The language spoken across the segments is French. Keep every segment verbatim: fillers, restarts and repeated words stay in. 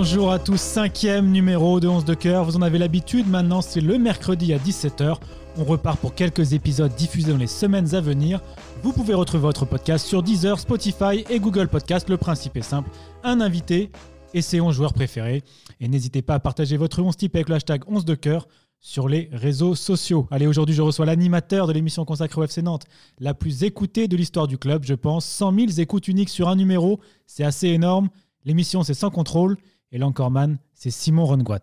Bonjour à tous, cinquième numéro de onze de cœur. Vous en avez l'habitude, maintenant c'est le mercredi à dix-sept heures. On repart pour quelques épisodes diffusés dans les semaines à venir. Vous pouvez retrouver votre podcast sur Deezer, Spotify et Google Podcast. Le principe est simple, un invité et ses onze joueurs préférés. Et n'hésitez pas à partager votre onze type avec le hashtag onze de cœur sur les réseaux sociaux. Allez, aujourd'hui je reçois l'animateur de l'émission consacrée au F C Nantes, la plus écoutée de l'histoire du club, je pense. cent mille écoutes uniques sur un numéro, c'est assez énorme. L'émission c'est Sans Contrôle et l'anchorman c'est Simon Rengoat.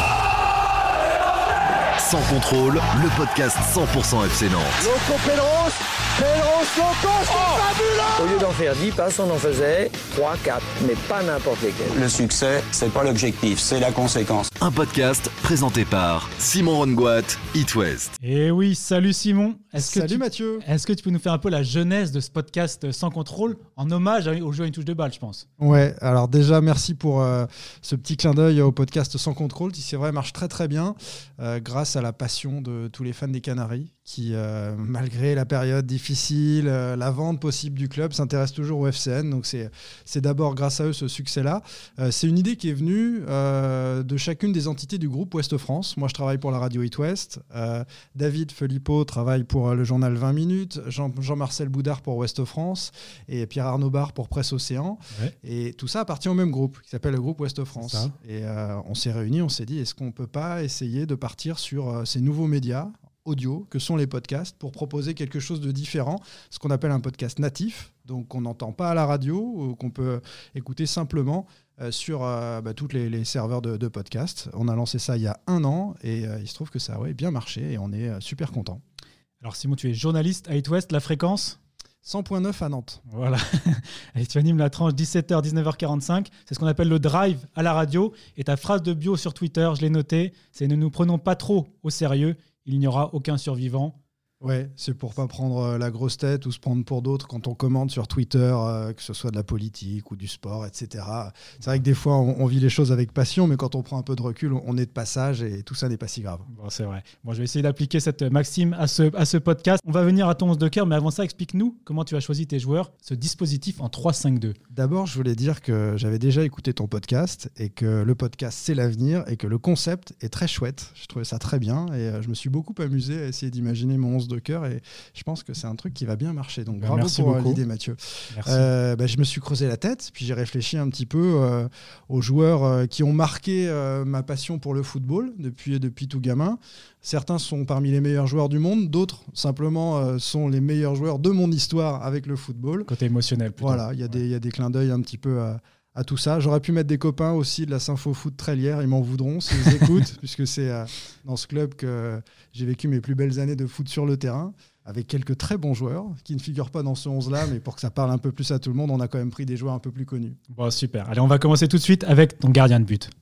Sans Contrôle, le podcast cent pour cent F C Nantes. Loco Pedros, Pedros, Loco, c'est oh fabuleux! Au lieu d'en faire dix passes, on en faisait trois, quatre, mais pas n'importe lesquels. Le succès, c'est pas l'objectif, c'est la conséquence. Un podcast présenté par Simon Rengoat, It West. Et oui, salut Simon. Est-ce que salut tu, Mathieu. Est-ce que tu peux nous faire un peu la genèse de ce podcast Sans Contrôle en hommage au jeu à une touche de balle, je pense? Ouais, alors déjà merci pour euh, ce petit clin d'œil au podcast Sans Contrôle qui c'est vrai marche très très bien euh, grâce à la passion de tous les fans des Canaries qui, euh, malgré la période difficile, euh, la vente possible du club, s'intéressent toujours au F C N. Donc c'est, c'est d'abord grâce à eux ce succès-là. Euh, c'est une idée qui est venue euh, de chacune des entités du groupe Ouest France. Moi je travaille pour la radio It West. Euh, David Philippot travaille pour euh, le journal vingt minutes. Jean, Jean-Marcel Boudard pour Ouest France et Pierre Arnaud Barre pour Presse Océan. Ouais. Et tout ça appartient au même groupe qui s'appelle le groupe Ouest France. Et euh, on s'est réunis, on s'est dit est-ce qu'on ne peut pas essayer de partir sur euh, ces nouveaux médias audio que sont les podcasts pour proposer quelque chose de différent, ce qu'on appelle un podcast natif, donc qu'on n'entend pas à la radio ou qu'on peut écouter simplement euh, sur euh, bah, tous les, les serveurs de, de podcasts. On a lancé ça il y a un an et euh, il se trouve que ça a ouais, bien marché et on est euh, super content. Alors Simon, tu es journaliste à It West, la fréquence cent virgule neuf à Nantes. Voilà. Et tu animes la tranche dix-sept heures dix-neuf heures quarante-cinq. C'est ce qu'on appelle le drive à la radio. Et ta phrase de bio sur Twitter, je l'ai notée, c'est « Ne nous prenons pas trop au sérieux, il n'y aura aucun survivant ». Ouais, c'est pour pas prendre la grosse tête ou se prendre pour d'autres quand on commente sur Twitter, euh, que ce soit de la politique ou du sport, et cetera. C'est vrai que des fois, on, on vit les choses avec passion, mais quand on prend un peu de recul, on est de passage et tout ça n'est pas si grave. Bon, c'est vrai. Bon, je vais essayer d'appliquer cette maxime à ce, à ce podcast. On va venir à ton onze de cœur, mais avant ça, explique-nous comment tu as choisi tes joueurs, ce dispositif en trois cinq deux. D'abord, je voulais dire que j'avais déjà écouté ton podcast et que le podcast, c'est l'avenir et que le concept est très chouette. Je trouvais ça très bien et je me suis beaucoup amusé à essayer d'imaginer mon onze de cœur et je pense que c'est un truc qui va bien marcher. Donc, bravo Merci pour beaucoup. l'idée, Mathieu. Merci. Euh, bah, je me suis creusé la tête, puis j'ai réfléchi un petit peu euh, aux joueurs euh, qui ont marqué euh, ma passion pour le football depuis, depuis tout gamin. Certains sont parmi les meilleurs joueurs du monde, d'autres simplement euh, sont les meilleurs joueurs de mon histoire avec le football. Côté émotionnel, plutôt. Voilà, il y, ouais. y a des clins d'œil un petit peu à, à tout ça. J'aurais pu mettre des copains aussi de la Sympho Foot Trélière, ils m'en voudront s'ils écoutent, puisque c'est euh, dans ce club que j'ai vécu mes plus belles années de foot sur le terrain, avec quelques très bons joueurs qui ne figurent pas dans ce onze-là, mais pour que ça parle un peu plus à tout le monde, on a quand même pris des joueurs un peu plus connus. Bon, super. Allez, on va commencer tout de suite avec ton gardien de but.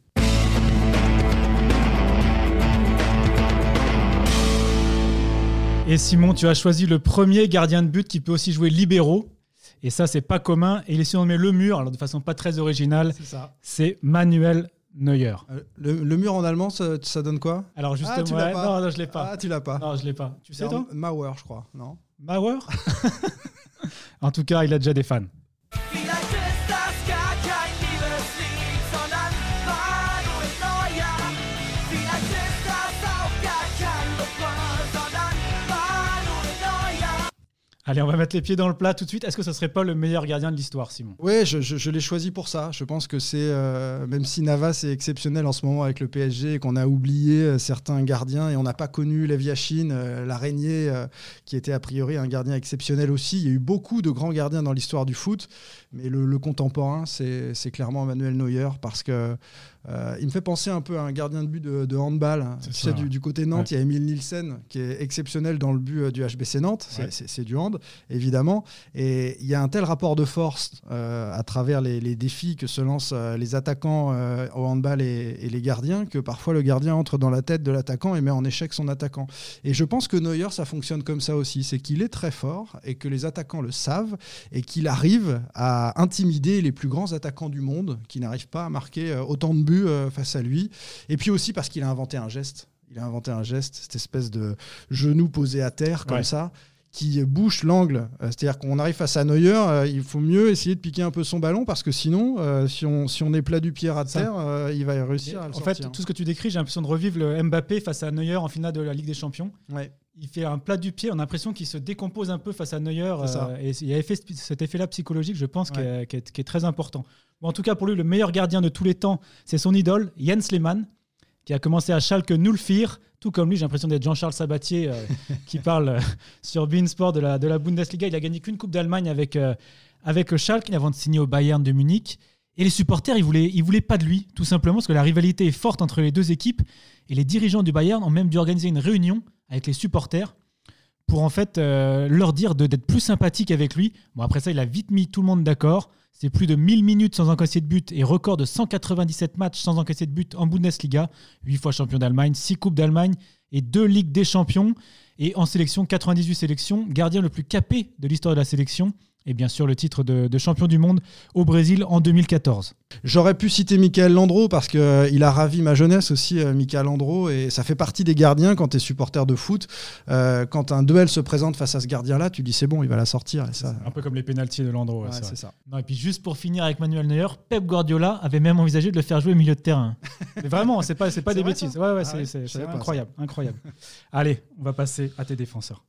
Et Simon, tu as choisi le premier gardien de but qui peut aussi jouer libéraux. Et ça, c'est pas commun. Et il est surnommé Le Mur, alors de façon pas très originale. C'est ça. C'est Manuel Neuer. Euh, le, le mur en allemand, ça, ça donne quoi? Alors justement, ah, tu l'as ouais, pas. non, non, je l'ai pas. Ah, tu l'as pas. Non, je l'ai pas. Tu sais, toi? Mauer, je crois, non? Mauer. En tout cas, il a déjà des fans. Allez, on va mettre les pieds dans le plat tout de suite. Est-ce que ce serait pas le meilleur gardien de l'histoire, Simon? Oui, je, je, je l'ai choisi pour ça. Je pense que c'est, euh, même si Navas est exceptionnel en ce moment avec le P S G et qu'on a oublié euh, certains gardiens et on n'a pas connu Lev Yashin, euh, l'araignée, euh, qui était a priori un gardien exceptionnel aussi. Il y a eu beaucoup de grands gardiens dans l'histoire du foot, mais le, le contemporain, c'est, c'est clairement Manuel Neuer parce que Euh, il me fait penser un peu à un gardien de but de, de handball. C'est tu ça, sais, ouais. du, du côté Nantes, il ouais. y a Émile Nielsen qui est exceptionnel dans le but du H B C Nantes. C'est, ouais. c'est, c'est du hand, évidemment. Et il y a un tel rapport de force euh, à travers les, les défis que se lancent euh, les attaquants euh, au handball et, et les gardiens que parfois le gardien entre dans la tête de l'attaquant et met en échec son attaquant. Et je pense que Neuer, ça fonctionne comme ça aussi. C'est qu'il est très fort et que les attaquants le savent et qu'il arrive à intimider les plus grands attaquants du monde qui n'arrivent pas à marquer euh, autant de buts euh, face à lui. Et puis aussi parce qu'il a inventé un geste. Il a inventé un geste, cette espèce de genou posé à terre comme ouais. ça, qui bouche l'angle. Euh, c'est-à-dire qu'on arrive face à Neuer, euh, il faut mieux essayer de piquer un peu son ballon parce que sinon, euh, si, on, si on est plat du pied à terre, euh, il va réussir à le en sortir. fait, tout ce que tu décris, j'ai l'impression de revivre le Mbappé face à Neuer en finale de la Ligue des Champions. Ouais. Il fait un plat du pied, on a l'impression qu'il se décompose un peu face à Neuer. Euh, et il avait fait cet effet-là psychologique, je pense, ouais. qui, est, qui, est, qui est très important. Bon, en tout cas, pour lui, le meilleur gardien de tous les temps, c'est son idole, Jens Lehmann, qui a commencé à Schalke null vier. Tout comme lui, j'ai l'impression d'être Jean-Charles Sabatier euh, qui parle euh, sur beIN Sport de la, de la Bundesliga. Il a gagné qu'une Coupe d'Allemagne avec, euh, avec Schalke avant de signer au Bayern de Munich. Et les supporters, ils ne voulaient, ils voulaient pas de lui, tout simplement parce que la rivalité est forte entre les deux équipes. Et les dirigeants du Bayern ont même dû organiser une réunion avec les supporters pour en fait euh, leur dire de, d'être plus sympathiques avec lui. Bon, après ça, il a vite mis tout le monde d'accord. C'est plus de mille minutes sans encaisser de but et record de cent quatre-vingt-dix-sept matchs sans encaisser de but en Bundesliga. huit fois champion d'Allemagne, six Coupes d'Allemagne et deux Ligues des Champions. Et en sélection, quatre-vingt-dix-huit sélections. Gardien le plus capé de l'histoire de la sélection. Et bien sûr, le titre de, de champion du monde au Brésil en deux mille quatorze. J'aurais pu citer Michael Landreau parce qu'il euh, a ravi ma jeunesse aussi, euh, Michael Landreau. Et ça fait partie des gardiens quand tu es supporter de foot. Euh, quand un duel se présente face à ce gardien-là, tu dis c'est bon, il va la sortir. Et ça, un peu comme les pénaltys de Landreau. Ouais, ouais, c'est, c'est ça. Non, et puis juste pour finir avec Manuel Neuer, Pep Guardiola avait même envisagé de le faire jouer au milieu de terrain. Mais vraiment, c'est pas, c'est pas c'est des vrai, bêtises. Ça Ouais, ouais, ah c'est, ouais, c'est, c'est pas, incroyable, incroyable. Allez, on va passer à tes défenseurs.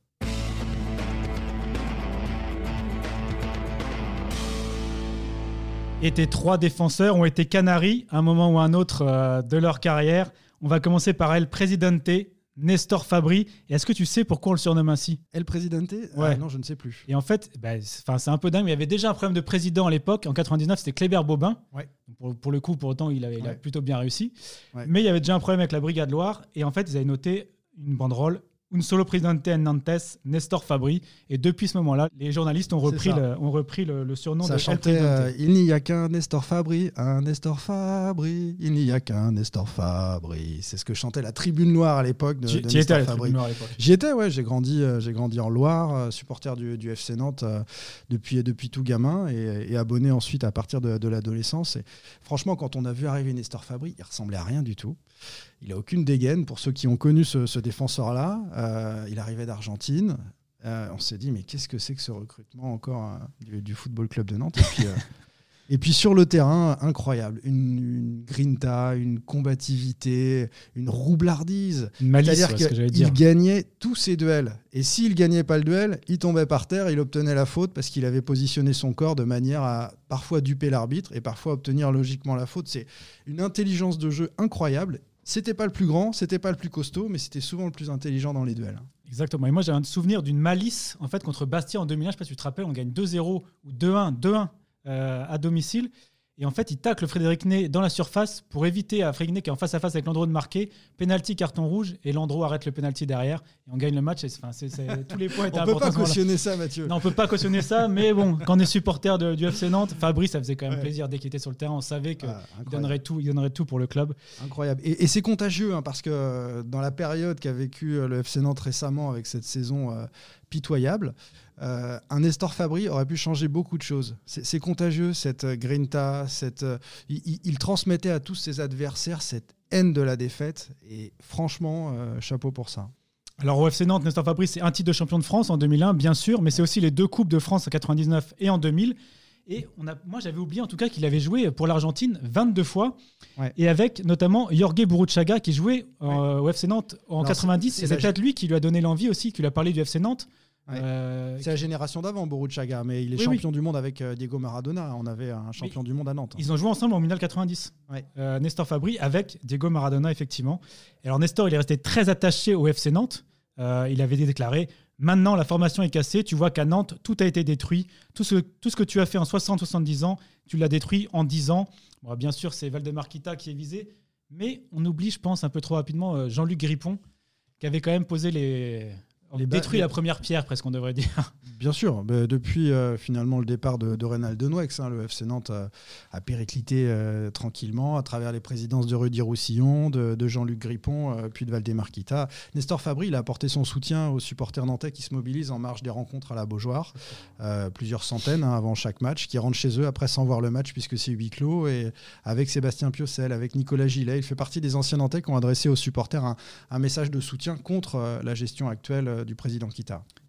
Et tes trois défenseurs ont été Canaries à un moment ou à un autre euh, de leur carrière. On va commencer par El Presidente, Nestor Fabri. Et est-ce que tu sais pourquoi on le surnomme ainsi ? El Presidente ? Ouais. Ah, non, je ne sais plus. Et en fait, bah, c'est, c'est un peu dingue, mais il y avait déjà un problème de président à l'époque. En quatre-vingt-dix-neuf, c'était Kléber Bobin. Ouais. Pour, pour le coup, pour autant, il, avait, il ouais. a plutôt bien réussi. Ouais. Mais il y avait déjà un problème avec la Brigade Loire. Et en fait, ils avaient noté une banderole. Un solo presidente en Nantes, Nestor Fabri. Et depuis ce moment-là, les journalistes ont repris, le, ont repris le, le surnom ça de chantait euh, il n'y a qu'un Nestor Fabri, un Nestor Fabri, il n'y a qu'un Nestor Fabri. C'est ce que chantait la Tribune Noire à l'époque de, tu, de tu Nestor étais à la Fabri. Tribune Noire à l'époque. J'y étais, ouais. J'ai grandi, euh, j'ai grandi en Loire, euh, supporter du, du F C Nantes euh, depuis, depuis tout gamin et, et abonné ensuite à partir de, de l'adolescence. Et franchement, quand on a vu arriver Nestor Fabri, il ressemblait à rien du tout. Il n'a aucune dégaine. Pour ceux qui ont connu ce, ce défenseur-là, euh, il arrivait d'Argentine. Euh, on s'est dit, mais qu'est-ce que c'est que ce recrutement encore hein, du, du Football Club de Nantes ? Et puis, euh, et puis sur le terrain, incroyable. Une, une grinta, une combativité, une roublardise. Une malice, c'est-à-dire ouais, ce que j'allais dire. qu'il gagnait tous ses duels. Et s'il ne gagnait pas le duel, il tombait par terre, il obtenait la faute parce qu'il avait positionné son corps de manière à parfois duper l'arbitre et parfois obtenir logiquement la faute. C'est une intelligence de jeu incroyable. C'était pas le plus grand, c'était pas le plus costaud, mais c'était souvent le plus intelligent dans les duels. Exactement. Et moi, j'ai un souvenir d'une malice en fait contre Bastia en deux mille un. Je ne sais pas si tu te rappelles, on gagne deux zéro ou deux un, deux un euh, à domicile. Et en fait, il tacle Frédéric Ney dans la surface pour éviter à Frédéric Ney qui est en face à face avec Landreau de marquer. Penalty, carton rouge, et Landreau arrête le penalty derrière. Et on gagne le match. Et, enfin, c'est, c'est, tous les points étaient importants. On ne peut pas cautionner ça, Mathieu. Non, on ne peut pas cautionner ça. Mais bon, quand on est supporter de, du F C Nantes, Fabrice, ça faisait quand même ouais. plaisir. Dès qu'il était sur le terrain, on savait qu'il ah, donnerait tout, il donnerait tout pour le club. Incroyable. Et, et c'est contagieux, hein, parce que dans la période qu'a vécu le F C Nantes récemment avec cette saison euh, pitoyable, Euh, un Nestor Fabri aurait pu changer beaucoup de choses. C'est, c'est contagieux, cette euh, grinta, cette, euh, il, il transmettait à tous ses adversaires cette haine de la défaite. Et franchement, euh, chapeau pour ça. Alors au F C Nantes, Nestor Fabri, c'est un titre de champion de France en deux mille un, bien sûr, mais c'est aussi les deux Coupes de France en quatre-vingt-dix-neuf et en deux mille. Et on a, moi, j'avais oublié en tout cas qu'il avait joué pour l'Argentine vingt-deux fois, ouais. Et avec notamment Jorge Burruchaga qui jouait euh, ouais. au F C Nantes en Alors quatre-vingt-dix. C'est, c'est, et c'est peut-être lui qui lui a donné l'envie aussi, qui lui a parlé du F C Nantes. Ouais. Euh, c'est la génération d'avant, Burruchaga, mais il est oui, champion oui. du monde avec euh, Diego Maradona. On avait un champion oui. du monde à Nantes. Hein. Ils ont joué ensemble en Mondial quatre-vingt-dix. Ouais. Euh, Nestor Fabri avec Diego Maradona, effectivement. Et alors Nestor, il est resté très attaché au F C Nantes. Euh, il avait déclaré « Maintenant, la formation est cassée. Tu vois qu'à Nantes, tout a été détruit. Tout ce, tout ce que tu as fait en soixante à soixante-dix ans, tu l'as détruit en dix ans. Bon, » Bien sûr, c'est Valdemar Kita qui est visé. Mais on oublie, je pense, un peu trop rapidement Jean-Luc Grippon, qui avait quand même posé les... Les détruit ba- la première pierre, presque, on devrait dire. Bien sûr. Bah, depuis euh, finalement le départ de, de Reynald Denouex, hein, le F C Nantes a, a périclité euh, tranquillement à travers les présidences de Rudy Roussillon, de, de Jean-Luc Grippon, euh, puis de Valdemar Kita. Nestor Fabri, il a apporté son soutien aux supporters nantais qui se mobilisent en marge des rencontres à la Beaujoire. Euh, plusieurs centaines hein, avant chaque match, qui rentrent chez eux après sans voir le match puisque c'est huis clos. Et avec Sébastien Piocel, avec Nicolas Gillet, il fait partie des anciens Nantais qui ont adressé aux supporters un, un message de soutien contre euh, la gestion actuelle euh, du président Kita.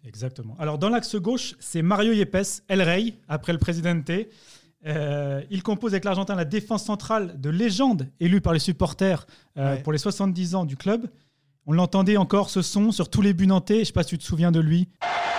Exactement. Alors, dans l'axe gauche, c'est Mario Yepes, El Rey, après le Presidente. Euh, il compose avec l'Argentin la défense centrale de légende élue par les supporters euh, ouais. pour les soixante-dix ans du club. On l'entendait encore, ce son, sur tous les buts nantais. Je ne sais pas si tu te souviens de lui.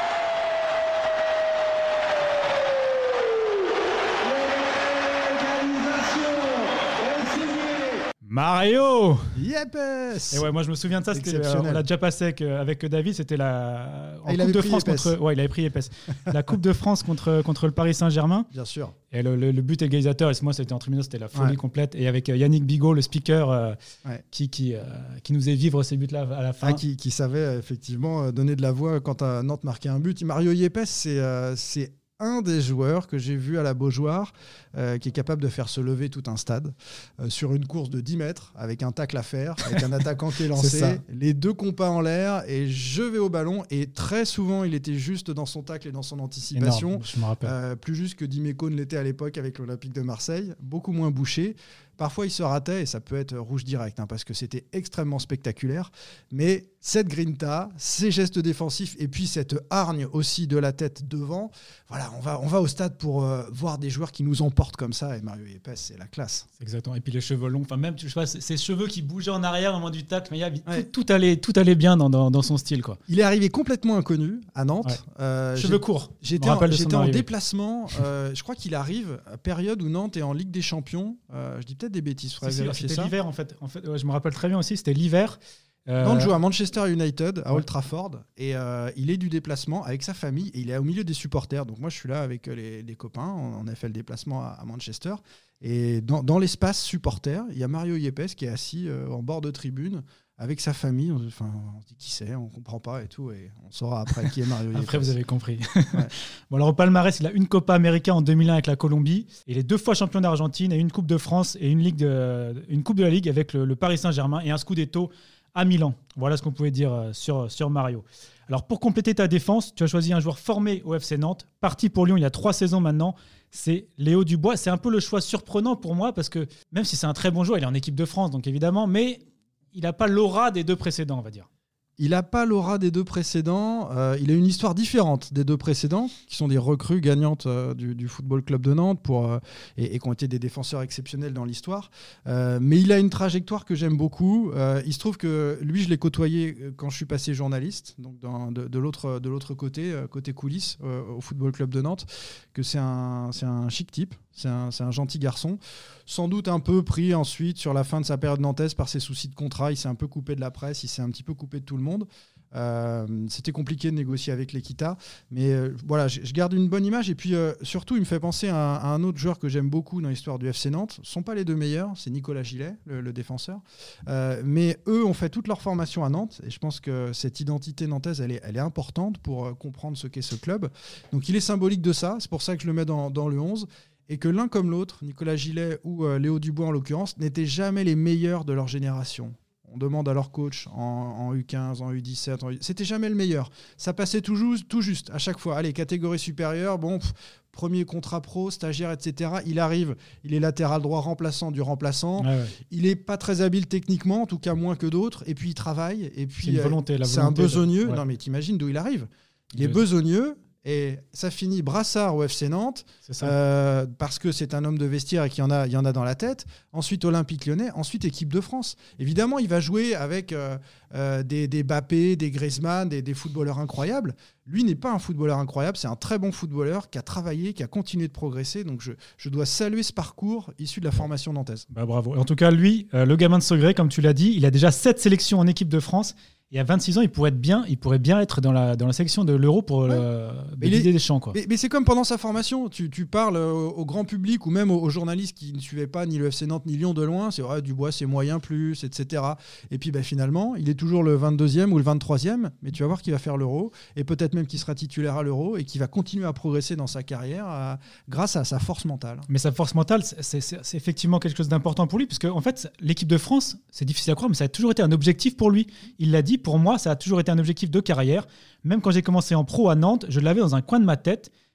Mario Yepes. Et ouais, moi je me souviens de ça. C'était, euh, on l'a déjà passé avec, avec David. C'était la en ah, Coupe de France Yepes. contre. Ouais, il avait pris Yepes. La Coupe de France contre contre le Paris Saint-Germain. Bien sûr. Et le, le, le but égalisateur. Et moi, c'était en tribune, c'était la folie ouais. complète. Et avec Yannick Bigot, le speaker, euh, ouais. qui qui euh, qui nous faisait vivre ces buts-là à la fin. Ah, qui qui savait effectivement donner de la voix quand Nantes marquait un but. Mario Yepes, c'est euh, c'est un des joueurs que j'ai vu à la Beaujoire euh, qui est capable de faire se lever tout un stade euh, sur une course de dix mètres avec un tacle à faire, avec un attaquant qui est lancé, les deux compas en l'air et je vais au ballon. Et très souvent, il était juste dans son tacle et dans son anticipation. Énorme, je me rappelle. Euh, plus juste que Dimeco ne l'était à l'époque avec l'Olympique de Marseille, beaucoup moins bouché. Parfois, il se ratait et ça peut être rouge direct hein, parce que c'était extrêmement spectaculaire. Mais cette grinta, ces gestes défensifs et puis cette hargne aussi de la tête devant, voilà, on va, on va au stade pour euh, voir des joueurs qui nous emportent comme ça. Et Mario Yepes, c'est la classe. C'est exactement. Et puis les cheveux longs, enfin même, je sais pas, ces cheveux qui bougeaient en arrière au moment du tacle, mais il y a, ouais. tout, tout, allait, tout allait bien dans, dans, dans son style, quoi. Il est arrivé complètement inconnu à Nantes. Ouais. Euh, cheveux j'ai, courts. J'étais en, j'étais en déplacement. Euh, je crois qu'il arrive à période où Nantes est en Ligue des Champions. Euh, je dis peut-être des bêtises. Si, si, c'était ça. l'hiver en fait. En fait ouais, je me rappelle très bien aussi. C'était l'hiver. Euh... Nantes joue à Manchester United à ouais. Old Trafford et euh, il est du déplacement avec sa famille et il est au milieu des supporters. Donc moi je suis là avec les, les copains. On a fait le déplacement à, à Manchester et dans, dans l'espace supporter, il y a Mario Yepes qui est assis euh, en bord de tribune. Avec sa famille, on, enfin, on se dit qui c'est, on ne comprend pas et tout, et on saura après qui est Mario Yepes. Après, vous avez compris. Ouais. Bon, alors au palmarès, il a une Copa América en deux mille un avec la Colombie, il est deux fois champion d'Argentine, et une Coupe de France et une, Ligue de, une Coupe de la Ligue avec le, le Paris Saint-Germain et un Scudetto à Milan. Voilà ce qu'on pouvait dire sur, sur Mario. Alors pour compléter ta défense, tu as choisi un joueur formé au F C Nantes, parti pour Lyon il y a trois saisons maintenant, c'est Léo Dubois. C'est un peu le choix surprenant pour moi, parce que même si c'est un très bon joueur, il est en équipe de France, donc évidemment, mais il n'a pas l'aura des deux précédents, on va dire. Il n'a pas l'aura des deux précédents. Euh, il a une histoire différente des deux précédents, qui sont des recrues gagnantes euh, du, du Football Club de Nantes pour, euh, et, et qui ont été des défenseurs exceptionnels dans l'histoire. Euh, mais il a une trajectoire que j'aime beaucoup. Euh, il se trouve que lui, je l'ai côtoyé quand je suis passé journaliste, donc dans, de, de, l'autre, de l'autre côté, côté coulisses, euh, au Football Club de Nantes, que c'est un, c'est un chic type. C'est un, c'est un gentil garçon, sans doute un peu pris ensuite sur la fin de sa période nantaise par ses soucis de contrat. Il s'est un peu coupé de la presse, il s'est un petit peu coupé de tout le monde. Euh, c'était compliqué de négocier avec l'Equita, mais euh, voilà, je, je garde une bonne image. Et puis euh, surtout, il me fait penser à, à un autre joueur que j'aime beaucoup dans l'histoire du F C Nantes. Ce ne sont pas les deux meilleurs, c'est Nicolas Gillet, le, le défenseur. Euh, mais eux ont fait toute leur formation à Nantes, et je pense que cette identité nantaise, elle est, elle est importante pour euh, comprendre ce qu'est ce club. Donc il est symbolique de ça, c'est pour ça que je le mets dans, dans le onze. Et que l'un comme l'autre, Nicolas Gillet ou euh, Léo Dubois en l'occurrence, n'étaient jamais les meilleurs de leur génération. On demande à leur coach en, en U quinze, en U dix-sept, en U... c'était jamais le meilleur. Ça passait toujours, tout juste à chaque fois. Allez, catégorie supérieure, bon, pff, premier contrat pro, stagiaire, et cetera. Il arrive, il est latéral droit remplaçant du remplaçant. Ouais, ouais. Il n'est pas très habile techniquement, en tout cas moins que d'autres. Et puis il travaille. Et puis, c'est une volonté, la c'est volonté un besogneux. De... Ouais. Non mais t'imagines d'où il arrive. Il est besogneux. Et ça finit brassard au F C Nantes, euh, parce que c'est un homme de vestiaire et qu'il y en a, il y en a dans la tête. Ensuite, Olympique Lyonnais. Ensuite, équipe de France. Évidemment, il va jouer avec euh, euh, des, des Mbappé, des Griezmann, des, des footballeurs incroyables. Lui n'est pas un footballeur incroyable, c'est un très bon footballeur qui a travaillé, qui a continué de progresser. Donc, je, je dois saluer ce parcours issu de la formation nantaise. Bah, bravo. En tout cas, lui, euh, le gamin de Segré, comme tu l'as dit, il a déjà sept sélections en équipe de France. Et à vingt-six ans, il pourrait être bien, il pourrait bien être dans la, dans la sélection de l'Euro pour ouais. le, l'idée des champs. Quoi. Mais, mais c'est comme pendant sa formation. Tu, tu parles au, au grand public ou même aux, aux journalistes qui ne suivaient pas ni le F C Nantes ni Lyon de loin. C'est vrai, Dubois, c'est moyen plus, et cetera. Et puis bah, finalement, il est toujours le vingt-deuxième ou le vingt-troisième. Mais tu vas voir qu'il va faire l'Euro et peut-être même qu'il sera titulaire à l'Euro et qu'il va continuer à progresser dans sa carrière à, grâce à sa force mentale. Mais sa force mentale, c'est, c'est, c'est effectivement quelque chose d'important pour lui. Parce qu'en en fait, l'équipe de France, c'est difficile à croire, mais ça a toujours été un objectif pour lui. Il l'a dit, pour moi, ça a toujours été un objectif de carrière. Même quand j'ai commencé en pro à Nantes, je l'avais dans un coin de ma tête.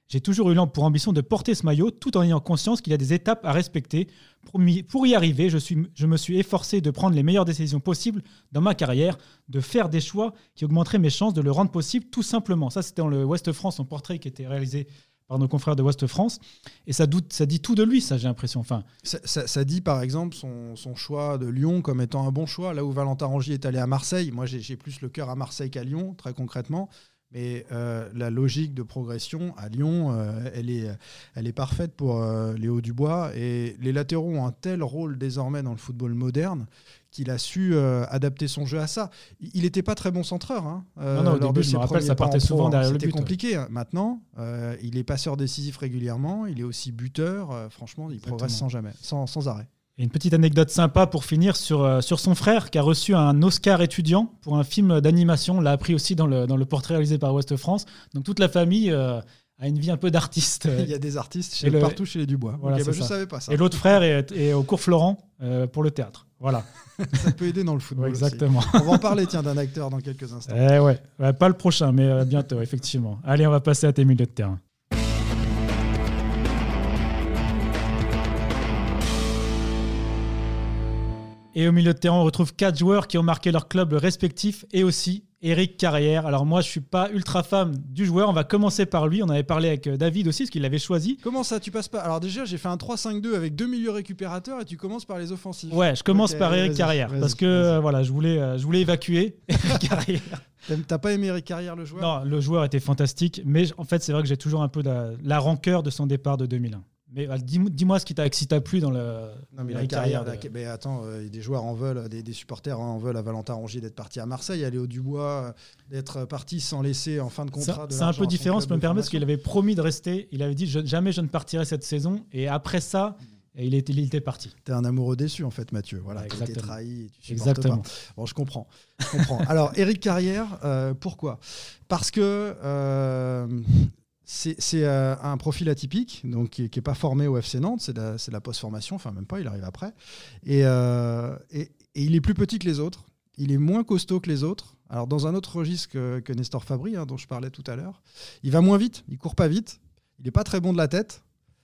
J'ai toujours eu pour ambition de porter ce maillot tout en ayant conscience qu'il y a des étapes à respecter. Pour, pour y arriver, je, suis, je me suis efforcé de prendre les meilleures décisions possibles dans ma carrière, de faire des choix qui augmenteraient mes chances de le rendre possible tout simplement. Ça, c'était dans le Ouest France, un portrait qui était réalisé par nos confrères de Ouest France. Et ça, doute, ça dit tout de lui, ça, j'ai l'impression. Enfin, ça, ça, ça dit, par exemple, son, son choix de Lyon comme étant un bon choix. Là où Valentin Rongier est allé à Marseille, moi, j'ai, j'ai plus le cœur à Marseille qu'à Lyon, très concrètement. Mais euh, la logique de progression à Lyon, euh, elle, est, elle est parfaite pour euh, Léo Dubois. Et les latéraux ont un tel rôle désormais dans le football moderne qu'il a su euh, adapter son jeu à ça. Il n'était pas très bon centreur. Hein, euh, non, non, au lors début, de je me rappelle, ça partait pro, souvent derrière hein, le but. C'était compliqué. Hein. Maintenant, euh, il est passeur décisif régulièrement. Il est aussi buteur. Euh, franchement, il Exactement. progresse sans jamais, sans, sans arrêt. Et une petite anecdote sympa pour finir sur, euh, sur son frère qui a reçu un Oscar étudiant pour un film d'animation. On l'a appris aussi dans le, dans le portrait réalisé par Ouest France. Donc toute la famille euh, a une vie un peu d'artiste. Il y a des artistes chez, le, partout chez les Dubois. Voilà, okay, bah, je ne ça. savais pas ça. Et l'autre frère est, est au cours Florent euh, pour le théâtre. Voilà. Ça peut aider dans le football. Ouais, exactement. Aussi. On va en parler tiens, d'un acteur dans quelques instants. Eh ouais. ouais, pas le prochain, mais euh, bientôt, effectivement. Allez, on va passer à tes milieux de terrain. Et au milieu de terrain, on retrouve quatre joueurs qui ont marqué leur club respectif et aussi Éric Carrière. Alors moi, je ne suis pas ultra fan du joueur. On va commencer par lui. On avait parlé avec David aussi, parce qu'il l'avait choisi. Comment ça, tu passes pas ? Alors déjà, j'ai fait un trois cinq deux avec deux milieux récupérateurs et tu commences par les offensifs. Ouais, je commence okay, par Éric vas-y, Carrière, vas-y, parce que vas-y. euh, voilà, je voulais, euh, je voulais évacuer Éric Carrière. T'as pas aimé Éric Carrière, le joueur ? Non, le joueur était fantastique, mais en fait, c'est vrai que j'ai toujours un peu la, la rancœur de son départ de deux mille un. Mais bah, dis-moi, dis-moi ce qui t'a, si t'a plu dans le. Non, mais la carrière. De... La... Mais attends, euh, des joueurs en veulent, des, des supporters hein, en veulent à Valentin Rongier d'être parti à Marseille, à Léo Dubois, euh, d'être parti sans laisser en fin de contrat. C'est, c'est un peu différent, je peux me permettre, parce qu'il avait promis de rester. Il avait dit je, jamais je ne partirai cette saison. Et après ça, et il, était, il était parti. T'es un amoureux déçu, en fait, Mathieu. Voilà, ouais, t'as été trahi. Et tu exactement. Pas. Bon, je comprends. Je comprends. Alors, Éric Carrière, euh, pourquoi ? Parce que. Euh, C'est, c'est euh, un profil atypique, donc qui n'est pas formé au F C Nantes, c'est de la, c'est de la post-formation, enfin même pas, il arrive après. Et, euh, et, et il est plus petit que les autres, il est moins costaud que les autres. Alors dans un autre registre que, que Nestor Fabry, hein, dont je parlais tout à l'heure, il va moins vite, il court pas vite, il n'est pas très bon de la tête.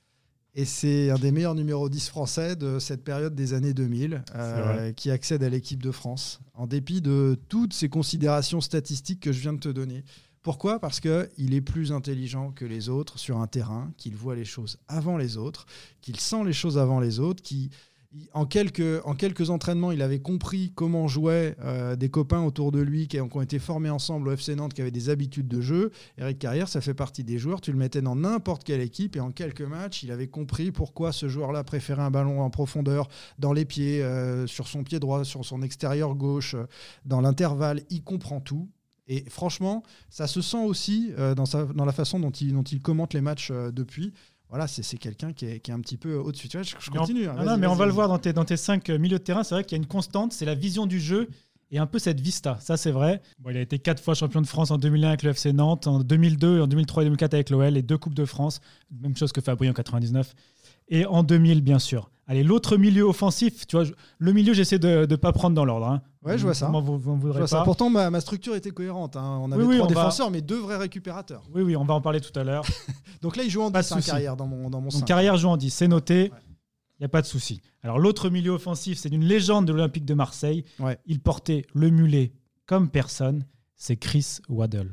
Et c'est un des meilleurs numéro dix français de cette période des années deux mille euh, qui accède à l'équipe de France, en dépit de toutes ces considérations statistiques que je viens de te donner. Pourquoi ? Parce qu'il est plus intelligent que les autres sur un terrain, qu'il voit les choses avant les autres, qu'il sent les choses avant les autres, qu'il, en, quelques, en quelques entraînements, il avait compris comment jouaient euh, des copains autour de lui qui ont, qui ont été formés ensemble au F C Nantes, qui avaient des habitudes de jeu. Éric Carrière, ça fait partie des joueurs, tu le mettais dans n'importe quelle équipe et en quelques matchs, il avait compris pourquoi ce joueur-là préférait un ballon en profondeur, dans les pieds, euh, sur son pied droit, sur son extérieur gauche, euh, dans l'intervalle, il comprend tout. Et franchement, ça se sent aussi euh, dans, sa, dans la façon dont il, dont il commente les matchs euh, depuis. Voilà, c'est, c'est quelqu'un qui est, qui est un petit peu au-dessus. Tu vois, je, je continue. On, hein, non, non, mais on va le voir dans tes, dans tes cinq milieux de terrain. C'est vrai qu'il y a une constante, c'est la vision du jeu et un peu cette vista. Ça, c'est vrai. Bon, il a été quatre fois champion de France en deux mille un avec le F C Nantes, en deux mille deux, en deux mille trois et deux mille quatre avec l'O L, et deux Coupes de France. Même chose que Fabry en quatre-vingt-dix-neuf. Et en deux mille, bien sûr. Allez, l'autre milieu offensif, tu vois, je, le milieu, j'essaie de ne pas prendre dans l'ordre. Hein. Ouais, je vois ça. Vous, vous, vous je vois ça. Pourtant, ma, ma structure était cohérente. Hein. On avait oui, oui, trois on défenseurs, va... mais deux vrais récupérateurs. Oui, oui, on va en parler tout à l'heure. Donc là, il joue en dix, hein, Carrière, dans mon, dans mon Donc, Carrière joue en dix, c'est noté. Il ouais. n'y a pas de souci. Alors, l'autre milieu offensif, c'est une légende de l'Olympique de Marseille. Ouais. Il portait le mulet comme personne. C'est Chris Waddle.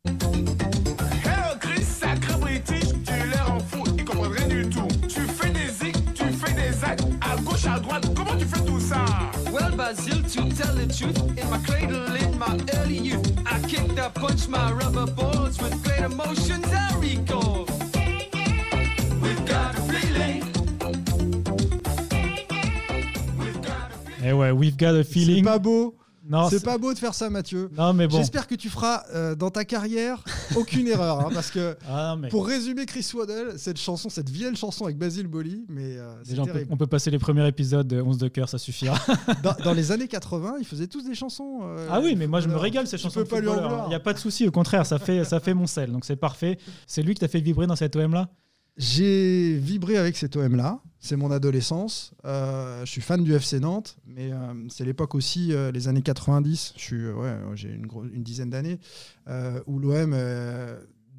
Hello Chris, sacré british, tu l'air en fou, ils comprennent rien du tout. Tu fais des zigs, tu fais des actes, à gauche, à droite, comment tu fais tout ça? Well, Basil, to tell the truth, in my cradle, in my early youth, I kicked, I punched my rubber balls with great emotions I recall. We've got a feeling. We've got a feeling. Eh ouais, we've got a feeling. C'est pas beau. Non, c'est, c'est pas beau de faire ça, Mathieu. Non, mais bon. J'espère que tu feras euh, dans ta carrière aucune erreur, hein, parce que ah, mais... pour résumer Chris Waddle, cette chanson, cette vilaine chanson avec Basile Boli, mais euh, c'est Déjà, terrible. On peut, on peut passer les premiers épisodes de onze de cœur, ça suffira. dans, dans les années quatre-vingts, ils faisaient tous des chansons. Euh, ah oui, mais moi je me régale ces tu chansons. Peux pas lui en vouloir. Il n'y a pas de souci, au contraire, ça fait ça fait mon sel, donc c'est parfait. C'est lui qui t'a fait vibrer dans cette O M là. J'ai vibré avec cette O M-là. C'est mon adolescence. Euh, je suis fan du F C Nantes, mais euh, c'est l'époque aussi, euh, les années quatre-vingt-dix. Je suis, euh, ouais, j'ai une, gros, une dizaine d'années, euh, où l'O M, euh,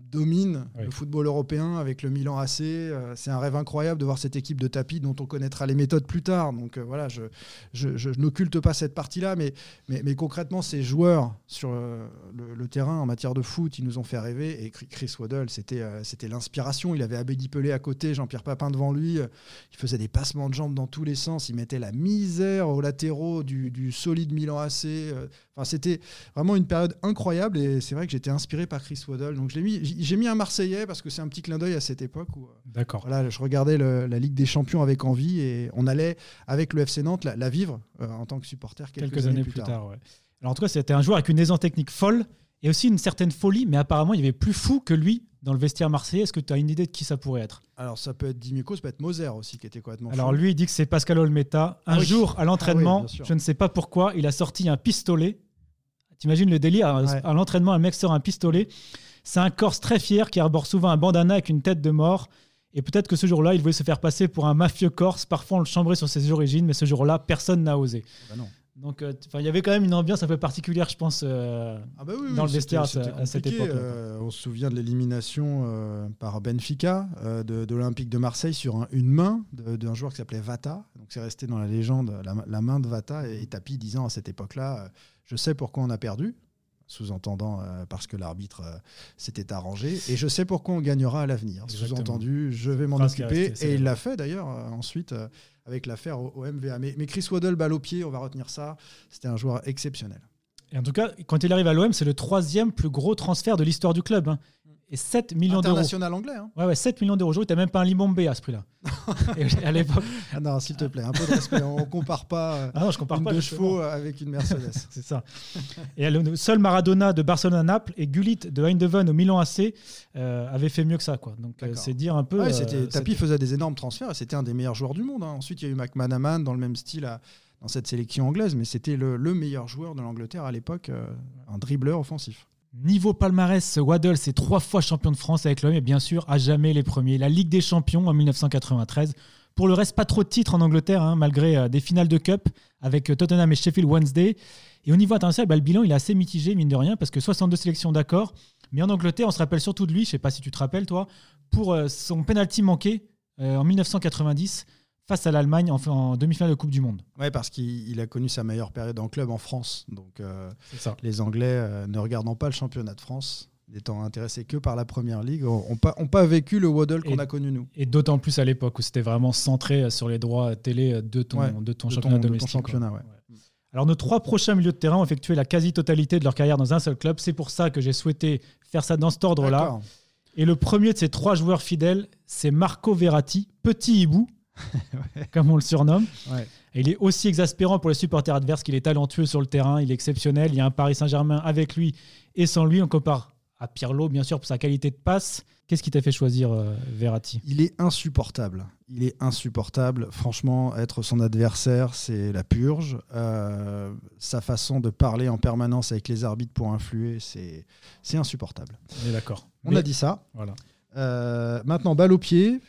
domine oui. le football européen avec le Milan A C. Euh, c'est un rêve incroyable de voir cette équipe de tapis dont on connaîtra les méthodes plus tard. Donc euh, voilà, je, je, je, je n'occulte pas cette partie-là, mais, mais, mais concrètement, ces joueurs sur euh, le, le terrain en matière de foot, ils nous ont fait rêver. Et Chris Waddle, c'était, euh, c'était l'inspiration. Il avait Abedi Pelé à côté, Jean-Pierre Papin devant lui. Il faisait des passements de jambes dans tous les sens. Il mettait la misère aux latéraux du, du solide Milan A C. Enfin, c'était vraiment une période incroyable. Et c'est vrai que j'étais inspiré par Chris Waddle. Donc je l'ai mis, j'ai mis un Marseillais parce que c'est un petit clin d'œil à cette époque où D'accord. Voilà, je regardais le, la Ligue des Champions avec envie et on allait avec le F C Nantes la, la vivre euh, en tant que supporter quelques, quelques années, années plus tard. tard ouais. Alors en tout cas, c'était un joueur avec une aisance technique folle et aussi une certaine folie, mais apparemment il y avait plus fou que lui dans le vestiaire marseillais. Est-ce que tu as une idée de qui ça pourrait être ? Alors ça peut être Dimico, ça peut être Moser aussi qui était complètement Alors fou. lui, il dit que c'est Pascal Olmeta. Un ah, oui. jour à l'entraînement, ah, oui, je ne sais pas pourquoi, il a sorti un pistolet. T'imagines le délire, ouais. À l'entraînement, un mec sort un pistolet. C'est un Corse très fier qui arbore souvent un bandana avec une tête de mort. Et peut-être que ce jour-là, il voulait se faire passer pour un mafieux corse. Parfois, on le chambrait sur ses origines, mais ce jour-là, personne n'a osé. Bah non. Donc, euh, il y avait quand même une ambiance un peu particulière, je pense, euh, ah bah oui, dans oui, le vestiaire c'était, c'était à, à cette époque. Euh, on se souvient de l'élimination euh, par Benfica euh, de, de l'Olympique de Marseille sur un, une main de, d'un joueur qui s'appelait Vata. Donc, c'est resté dans la légende, la, la main de Vata. Et, et Tapi disant à cette époque-là, euh, je sais pourquoi on a perdu. Sous-entendant euh, parce que l'arbitre euh, s'était arrangé. Et je sais pourquoi on gagnera à l'avenir. Exactement. Sous-entendu, je vais m'en Phrase occuper. Et il l'a fait d'ailleurs euh, ensuite euh, avec l'affaire au, au M V A. Mais, mais Chris Waddle, balle au pied, on va retenir ça. C'était un joueur exceptionnel. Et en tout cas, quand il arrive à l'O M, c'est le troisième plus gros transfert de l'histoire du club. Hein. Et sept millions d'euros. International anglais. Hein. Ouais, ouais, sept millions d'euros. Tu n'as même pas un Limombe à ce prix-là. Et à l'époque. Ah non, s'il te plaît, un peu de respect. On ne compare pas, euh, ah non, je compare une pas deux chevaux avec une Mercedes. C'est ça. Et le seul Maradona de Barcelone à Naples et Gullit de Eindhoven au Milan A C euh, avait fait mieux que ça. Quoi. Donc euh, c'est dire un peu. Ouais, c'était, euh, Tapi faisait des énormes transferts et c'était un des meilleurs joueurs du monde. Hein. Ensuite, il y a eu McManaman dans le même style à, dans cette sélection anglaise, mais c'était le, le meilleur joueur de l'Angleterre à l'époque, euh, un dribbleur offensif. Niveau palmarès, Waddle, c'est trois fois champion de France avec l'O M et bien sûr, à jamais les premiers. La Ligue des Champions en dix-neuf cent quatre-vingt-treize. Pour le reste, pas trop de titres en Angleterre, hein, malgré euh, des finales de Cup avec Tottenham et Sheffield Wednesday. Et au niveau international, bah, le bilan il est assez mitigé, mine de rien, parce que soixante-deux sélections d'accord. Mais en Angleterre, on se rappelle surtout de lui, je ne sais pas si tu te rappelles, toi, pour euh, son penalty manqué euh, en dix-neuf cent quatre-vingt-dix face à l'Allemagne en, en demi-finale de Coupe du Monde. Oui, parce qu'il il a connu sa meilleure période en club en France. Donc, euh, les Anglais, euh, ne regardant pas le championnat de France, n'étant intéressés que par la Première Ligue, n'ont pas, ont pas vécu le Waddle qu'on et, a connu nous. Et d'autant plus à l'époque où c'était vraiment centré sur les droits télé de ton, ouais, de ton de championnat ton, domestique. De ton championnat, ouais. Ouais. Alors, nos trois prochains milieux de terrain ont effectué la quasi-totalité de leur carrière dans un seul club. C'est pour ça que j'ai souhaité faire ça dans cet ordre-là. D'accord. Et le premier de ces trois joueurs fidèles, c'est Marco Verratti, petit hibou, ouais. comme on le surnomme. Ouais. Et il est aussi exaspérant pour les supporters adverses qu'il est talentueux sur le terrain, il est exceptionnel. Il y a un Paris Saint-Germain avec lui et sans lui. On compare à Pirlo, bien sûr, pour sa qualité de passe. Qu'est-ce qui t'a fait choisir euh, Verratti ? Il est insupportable. Il est insupportable. Franchement, être son adversaire, c'est la purge. Euh, sa façon de parler en permanence avec les arbitres pour influer, c'est, c'est insupportable. On est d'accord. On Mais... a dit ça. Voilà. Euh, maintenant, balle au pied.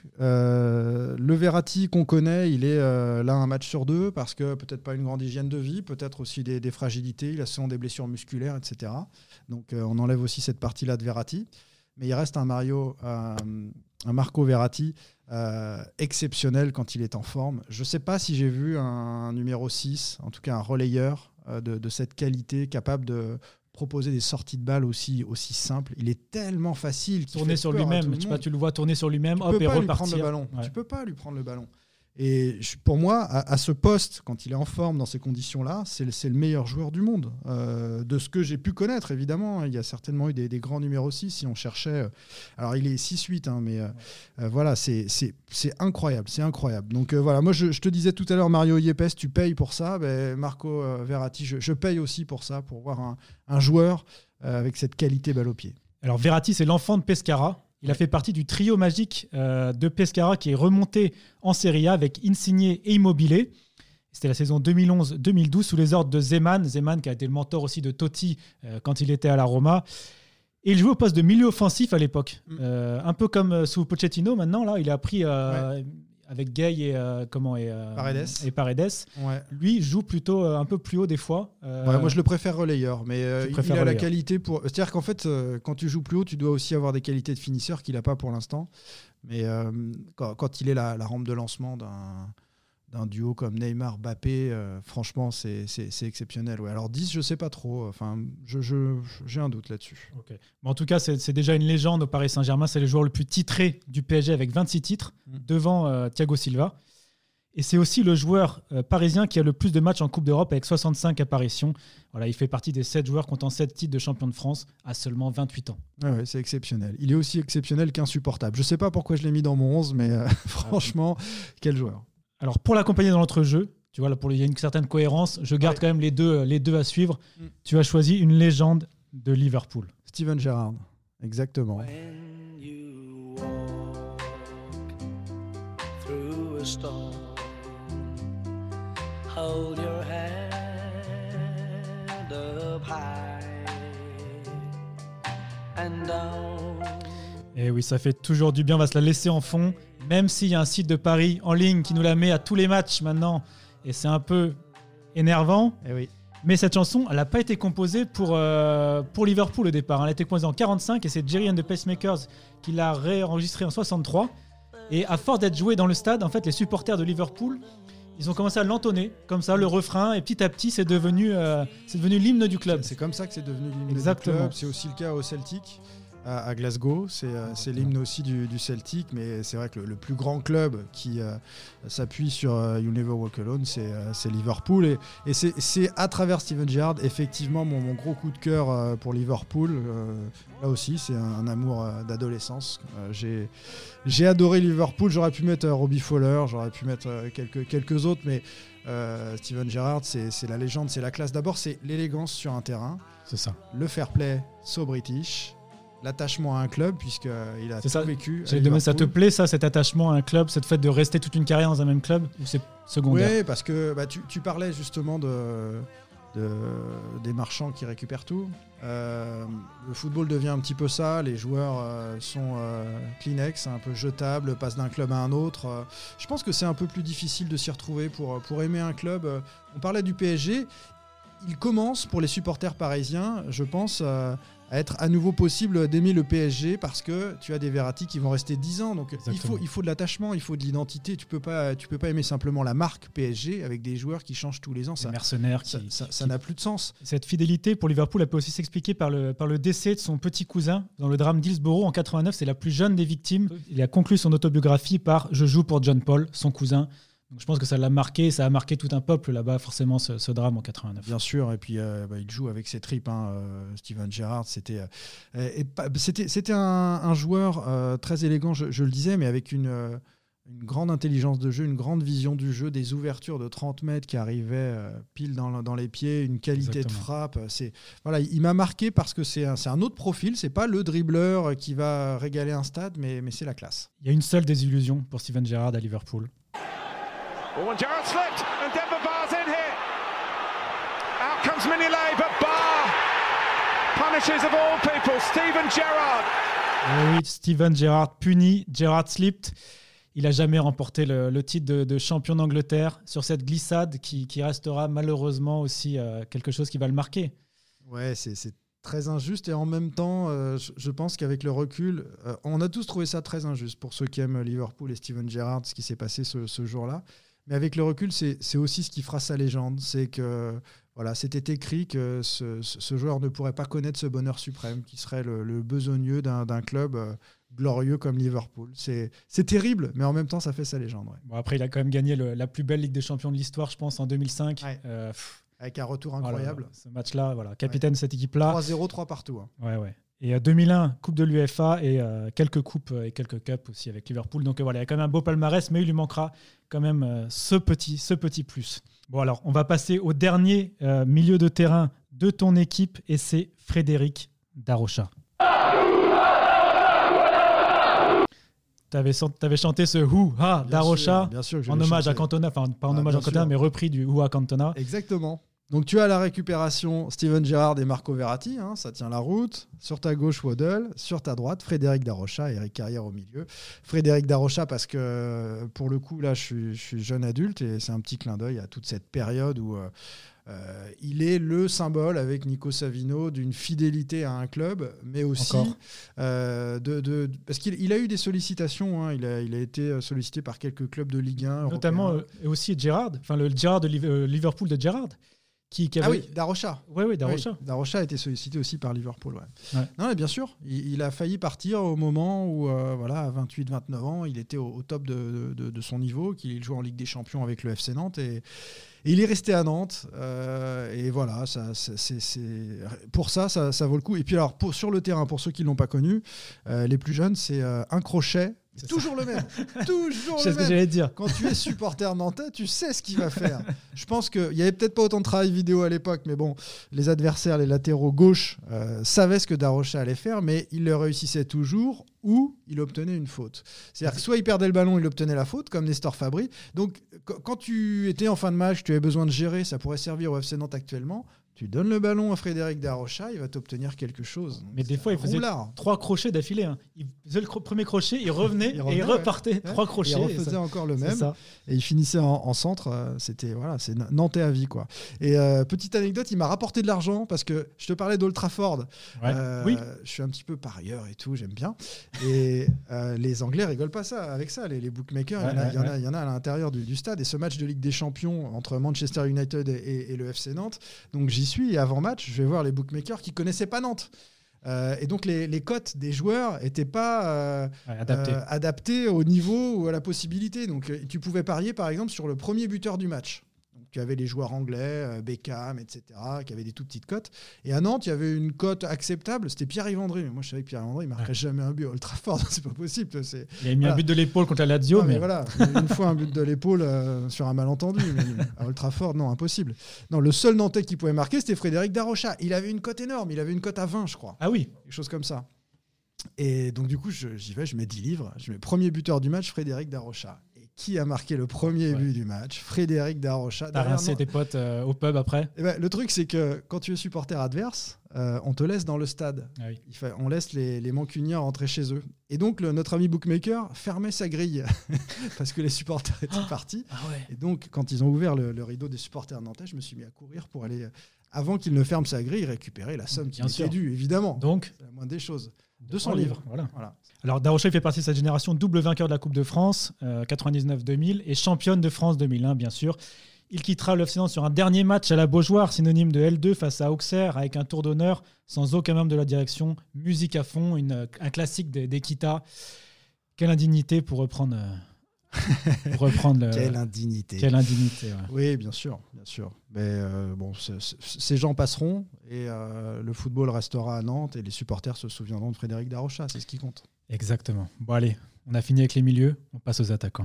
Euh, le Verratti qu'on connaît, il est euh, là un match sur deux parce que peut-être pas une grande hygiène de vie, peut-être aussi des, des fragilités, il a souvent des blessures musculaires, et cetera. Donc euh, on enlève aussi cette partie-là de Verratti. Mais il reste un, Mario, euh, un Marco Verratti euh, exceptionnel quand il est en forme. Je ne sais pas si j'ai vu un, un numéro six, en tout cas un relayeur euh, de, de cette qualité, capable de proposer des sorties de balles aussi, aussi simples. Il est tellement facile. Tourner sur lui-même, tu, pas, tu le vois tourner sur lui-même, tu hop, peux et pas repartir. Lui prendre le ballon. Ouais. Tu peux pas lui prendre le ballon. Et je, pour moi, à, à ce poste, quand il est en forme dans ces conditions-là, c'est le, c'est le meilleur joueur du monde. Euh, de ce que j'ai pu connaître, évidemment. Il y a certainement eu des, des grands numéros six si on cherchait. Alors, il est six huit, hein, mais euh, euh, voilà, c'est, c'est, c'est incroyable. C'est incroyable. Donc, euh, voilà, moi, je, je te disais tout à l'heure, Mario Yepes, tu payes pour ça. Ben, Marco euh, Verratti, je, je paye aussi pour ça, pour voir un, un joueur euh, avec cette qualité balle au pied. Alors, Verratti, c'est l'enfant de Pescara. Il a fait partie du trio magique euh, de Pescara qui est remonté en Serie A avec Insigne et Immobile. C'était la saison deux mille onze deux mille douze sous les ordres de Zeman. Zeman qui a été le mentor aussi de Totti euh, quand il était à la Roma. Et il jouait au poste de milieu offensif à l'époque. Mm. Euh, un peu comme sous Pochettino maintenant. Là, il a appris euh, ouais. avec Gay et euh, comment et, euh, Paredes. et Paredes. Ouais. Lui joue plutôt euh, un peu plus haut des fois. Euh, Ouais, moi, je le préfère relayeur, mais euh, il préfères a la relayeur. qualité pour. C'est-à-dire qu'en fait, euh, quand tu joues plus haut, tu dois aussi avoir des qualités de finisseur qu'il n'a pas pour l'instant. Mais euh, quand, quand il est la, la rampe de lancement d'un, d'un duo comme Neymar-Mbappé, euh, franchement, c'est, c'est, c'est exceptionnel. Ouais. Alors dix, je sais pas trop. Enfin, je, je, j'ai un doute là-dessus. Ok. Bon, en tout cas, c'est, c'est déjà une légende au Paris Saint-Germain. C'est le joueur le plus titré du P S G avec vingt-six titres, Mm. devant euh, Thiago Silva. Et c'est aussi le joueur euh, parisien qui a le plus de matchs en Coupe d'Europe avec soixante-cinq apparitions. Voilà, il fait partie des sept joueurs comptant sept titres de champion de France à seulement vingt-huit ans. Ouais, ouais, c'est exceptionnel. Il est aussi exceptionnel qu'insupportable. Je sais pas pourquoi je l'ai mis dans mon onze, mais euh, franchement, quel joueur. Alors, pour l'accompagner dans l'entrejeu, tu vois, là, pour, il y a une certaine cohérence. Je garde Ouais. quand même les deux, les deux à suivre. Mm. Tu as choisi une légende de Liverpool. Steven Gerrard, exactement. When you walk through a storm, hold your head up high and down. Et oui, ça fait toujours du bien. On va se la laisser en fond, même s'il y a un site de Paris en ligne qui nous la met à tous les matchs maintenant. Et c'est un peu énervant. Eh oui. Mais cette chanson, elle n'a pas été composée pour, euh, pour Liverpool au départ. Elle a été composée en quarante-cinq et c'est Jerry and the Pacemakers qui l'a réenregistrée en soixante-trois. Et à force d'être joué dans le stade, en fait, les supporters de Liverpool, ils ont commencé à l'entonner, comme ça, le refrain. Et petit à petit, c'est devenu, euh, c'est devenu l'hymne du club. C'est comme ça que c'est devenu l'hymne du Exactement. club. C'est aussi le cas au Celtic, à, à Glasgow. C'est, euh, c'est l'hymne aussi du, du Celtic, mais c'est vrai que le, le plus grand club qui euh, s'appuie sur euh, You Never Walk Alone, c'est, euh, c'est Liverpool. Et, et c'est, c'est à travers Steven Gerrard, effectivement, mon, mon gros coup de cœur euh, pour Liverpool. Euh, là aussi, c'est un, un amour euh, d'adolescence. Euh, j'ai, j'ai adoré Liverpool. J'aurais pu mettre euh, Robbie Fowler, j'aurais pu mettre euh, quelques, quelques autres, mais euh, Steven Gerrard, c'est, c'est la légende, c'est la classe. D'abord, c'est l'élégance sur un terrain. C'est ça. Le fair play, so British, l'attachement à un club, puisqu'il a C'est tout ça. vécu. à J'allais demander, ça te Liverpool. plaît, ça, cet attachement à un club, cette fait de rester toute une carrière dans un même club, ou c'est secondaire? Oui, parce que bah, tu, tu parlais justement de, de, des marchands qui récupèrent tout. Euh, le football devient un petit peu ça, les joueurs euh, sont euh, Kleenex, un peu jetables, passent d'un club à un autre. Euh, je pense que c'est un peu plus difficile de s'y retrouver pour, pour aimer un club. Euh, on parlait du P S G. Il commence pour les supporters parisiens, je pense, euh, à être à nouveau possible d'aimer le P S G parce que tu as des Verratti qui vont rester dix ans. Donc il faut, il faut de l'attachement, il faut de l'identité. Tu peux pas, tu peux pas aimer simplement la marque P S G avec des joueurs qui changent tous les ans. Les Ça, mercenaires qui, ça, ça- qui- ça n'a plus de sens. Cette fidélité pour Liverpool, elle peut aussi s'expliquer par le, par le décès de son petit cousin dans le drame d'Hillsborough en quatre-vingt-neuf. C'est la plus jeune des victimes. Il a conclu son autobiographie par « Je joue pour John Paul », son cousin. Donc je pense que ça l'a marqué, ça a marqué tout un peuple là-bas, forcément, ce, ce drame en quatre-vingt-neuf. Bien sûr, et puis euh, bah, il joue avec ses tripes. Hein, euh, Steven Gerrard, c'était, euh, et pas- c'était, c'était un, un joueur euh, très élégant, je, je le disais, mais avec une, euh, une grande intelligence de jeu, une grande vision du jeu, des ouvertures de trente mètres qui arrivaient euh, pile dans, dans les pieds, une qualité Exactement. de frappe. C'est, voilà, il m'a marqué parce que c'est un, c'est un autre profil, c'est pas le dribbleur qui va régaler un stade, mais, mais c'est la classe. Il y a une seule désillusion pour Steven Gerrard à Liverpool. Oh, and Gerrard slipped, and Denver Barr's in here. Out comes Mignolet, but Barr punishes of all people, Steven Gerrard. Et oui, Steven Gerrard puni, Gerrard slipped. Il n'a jamais remporté le, le titre de, de champion d'Angleterre sur cette glissade qui, qui restera malheureusement aussi euh, quelque chose qui va le marquer. Ouais, c'est, c'est très injuste et en même temps, euh, je, je pense qu'avec le recul, euh, on a tous trouvé ça très injuste pour ceux qui aiment Liverpool et Steven Gerrard, ce qui s'est passé ce, ce jour-là. Mais avec le recul, c'est, c'est aussi ce qui fera sa légende. C'est que voilà, c'était écrit que ce, ce, ce joueur ne pourrait pas connaître ce bonheur suprême, qui serait le, le besogneux d'un, d'un club euh, glorieux comme Liverpool. C'est, c'est terrible, mais en même temps, ça fait sa légende. Ouais. Bon, après, il a quand même gagné le- la plus belle Ligue des Champions de l'histoire, je pense, en deux mille cinq. Ouais. Euh, pff, Avec un retour voilà, incroyable. ce match-là, voilà, capitaine de cette équipe-là. trois zéro, trois partout. Hein. Ouais, ouais. Et euh, deux mille un, Coupe de l'U F A et euh, quelques coupes euh, et quelques cups aussi avec Liverpool. Donc euh, voilà, il y a quand même un beau palmarès, mais il lui manquera quand même euh, ce, petit, ce petit plus. Bon alors, on va passer au dernier euh, milieu de terrain de ton équipe et c'est Frédéric Darocha. Tu avais chanté ce Hou-Ha Bien Darocha sûr, bien sûr que je en l'ai hommage chanté. à Cantona, enfin pas en Ah, hommage bien à Cantona, sûr. mais repris du Hou-Ha Cantona. Exactement. Donc tu as la récupération Steven Gerrard et Marco Verratti, hein, ça tient la route. Sur ta gauche, Waddle. Sur ta droite, Frédéric Darocha et Eric Carrière au milieu. Frédéric Darocha parce que pour le coup, là, je suis, je suis jeune adulte et c'est un petit clin d'œil à toute cette période où euh, euh, il est le symbole avec Nico Savino d'une fidélité à un club, mais aussi euh, de, de parce qu'il il a eu des sollicitations. Hein, il, a, il a été sollicité par quelques clubs de Ligue un, notamment euh, et aussi Gerrard, enfin le Gerrard de Liverpool de Gerrard. Qui, qui avait... Ah oui, Darocha. Oui, oui, Darocha. Oui, Darocha a été sollicité aussi par Liverpool. Ouais. Ouais. Non, mais bien sûr, il, il a failli partir au moment où, euh, voilà, à vingt-huit vingt-neuf ans, il était au, au top de, de, de son niveau, qu'il jouait en Ligue des Champions avec le F C Nantes. Et, et il est resté à Nantes. Euh, et voilà, ça, ça, c'est, c'est... pour ça, ça, ça vaut le coup. Et puis, alors, pour, sur le terrain, pour ceux qui ne l'ont pas connu, euh, les plus jeunes, c'est euh, un crochet. C'est toujours ça. le même. Toujours c'est le ce même. que j'allais dire. Quand tu es supporter nantais, tu sais ce qu'il va faire. Je pense qu'il n'y avait peut-être pas autant de travail vidéo à l'époque, mais bon, les adversaires, les latéraux gauche, euh, savaient ce que Darocha allait faire, mais il le réussissait toujours ou il obtenait une faute. C'est-à-dire que soit il perdait le ballon, il obtenait la faute, comme Nestor Fabri. Donc, quand tu étais en fin de match, tu avais besoin de gérer, ça pourrait servir au F C Nantes actuellement. Tu donnes le ballon à Frédéric Darocha, il va t'obtenir quelque chose. Donc, mais des fois, il faisait roulard. trois crochets d'affilée. Hein. Il faisait le cro- premier crochet, il revenait, il revenait et il repartait. Ouais. Trois crochets. Et il refaisait ça... encore le même. Et il finissait en, en centre. Euh, c'était voilà, c'est nantais à vie, quoi. Et euh, petite anecdote, il m'a rapporté de l'argent parce que je te parlais d'Old Trafford. Ouais. Euh, oui. Je suis un petit peu parieur et tout, j'aime bien. Et euh, les Anglais rigolent pas ça avec ça. Les, les bookmakers, ouais, il, y en a, ouais, il, y en a, ouais. il y en a à l'intérieur du, du stade. Et ce match de Ligue des Champions entre Manchester United et, et, et le F C Nantes. Donc j'y suis. Et avant match, je vais voir les bookmakers qui connaissaient pas Nantes. Euh, et donc les, les cotes des joueurs n'étaient pas euh, ouais, adaptées. Euh, adaptées au niveau ou à la possibilité. Donc euh, tu pouvais parier par exemple sur le premier buteur du match. Donc, tu avais les joueurs anglais, euh, Beckham, et cetera, qui avaient des tout petites cotes. Et à Nantes, il y avait une cote acceptable, c'était Pierre-Yves André. Mais moi, je savais que Pierre-Yves André, il ne marquerait ouais. jamais un but à Old Trafford, c'est pas possible. C'est... Il a mis voilà. un but de l'épaule contre la Lazio. Non, mais, mais voilà, une fois un but de l'épaule euh, sur un malentendu. Mais à Old Trafford, non, impossible. Non, le seul Nantais qui pouvait marquer, c'était Frédéric Darocha. Il avait une cote énorme, il avait une cote à vingt, je crois. Ah oui. Quelque chose comme ça. Et donc, du coup, je, j'y vais, je mets dix livres. Je mets premier buteur du match, Frédéric Darocha. Qui a marqué le premier ouais. but du match? Frédéric Darocha. T'as rincé tes potes euh, au pub après? Et ben, le truc, c'est que quand tu es supporter adverse, euh, on te laisse dans le stade. Ah oui. Il fait, on laisse les, les Mancuniens rentrer chez eux. Et donc, le, notre ami bookmaker fermait sa grille parce que les supporters étaient oh partis. Ah ouais. Et donc, quand ils ont ouvert le, le rideau des supporters nantais, je me suis mis à courir pour aller, avant qu'il ne ferme sa grille, récupérer la somme qui m'était due, évidemment. Donc, c'est la moindre des choses. deux cents livres. Voilà. voilà. Alors, Darocha fait partie de cette génération double vainqueur de la Coupe de France, euh, quatre-vingt-dix-neuf deux mille, et championne de France deux mille un, bien sûr. Il quittera le F C Nantes sur un dernier match à la Beaujoire, synonyme de L deux face à Auxerre, avec un tour d'honneur sans aucun membre de la direction. Musique à fond, une, un classique d'Equita. Quelle indignité pour reprendre... Euh... Pour reprendre le... Quelle indignité. Quelle indignité, ouais. Oui, bien sûr, bien sûr. Mais euh, bon, c- c- ces gens passeront et euh, le football restera à Nantes et les supporters se souviendront de Frédéric Darocha, c'est ce qui compte. Exactement. Bon allez, on a fini avec les milieux, on passe aux attaquants.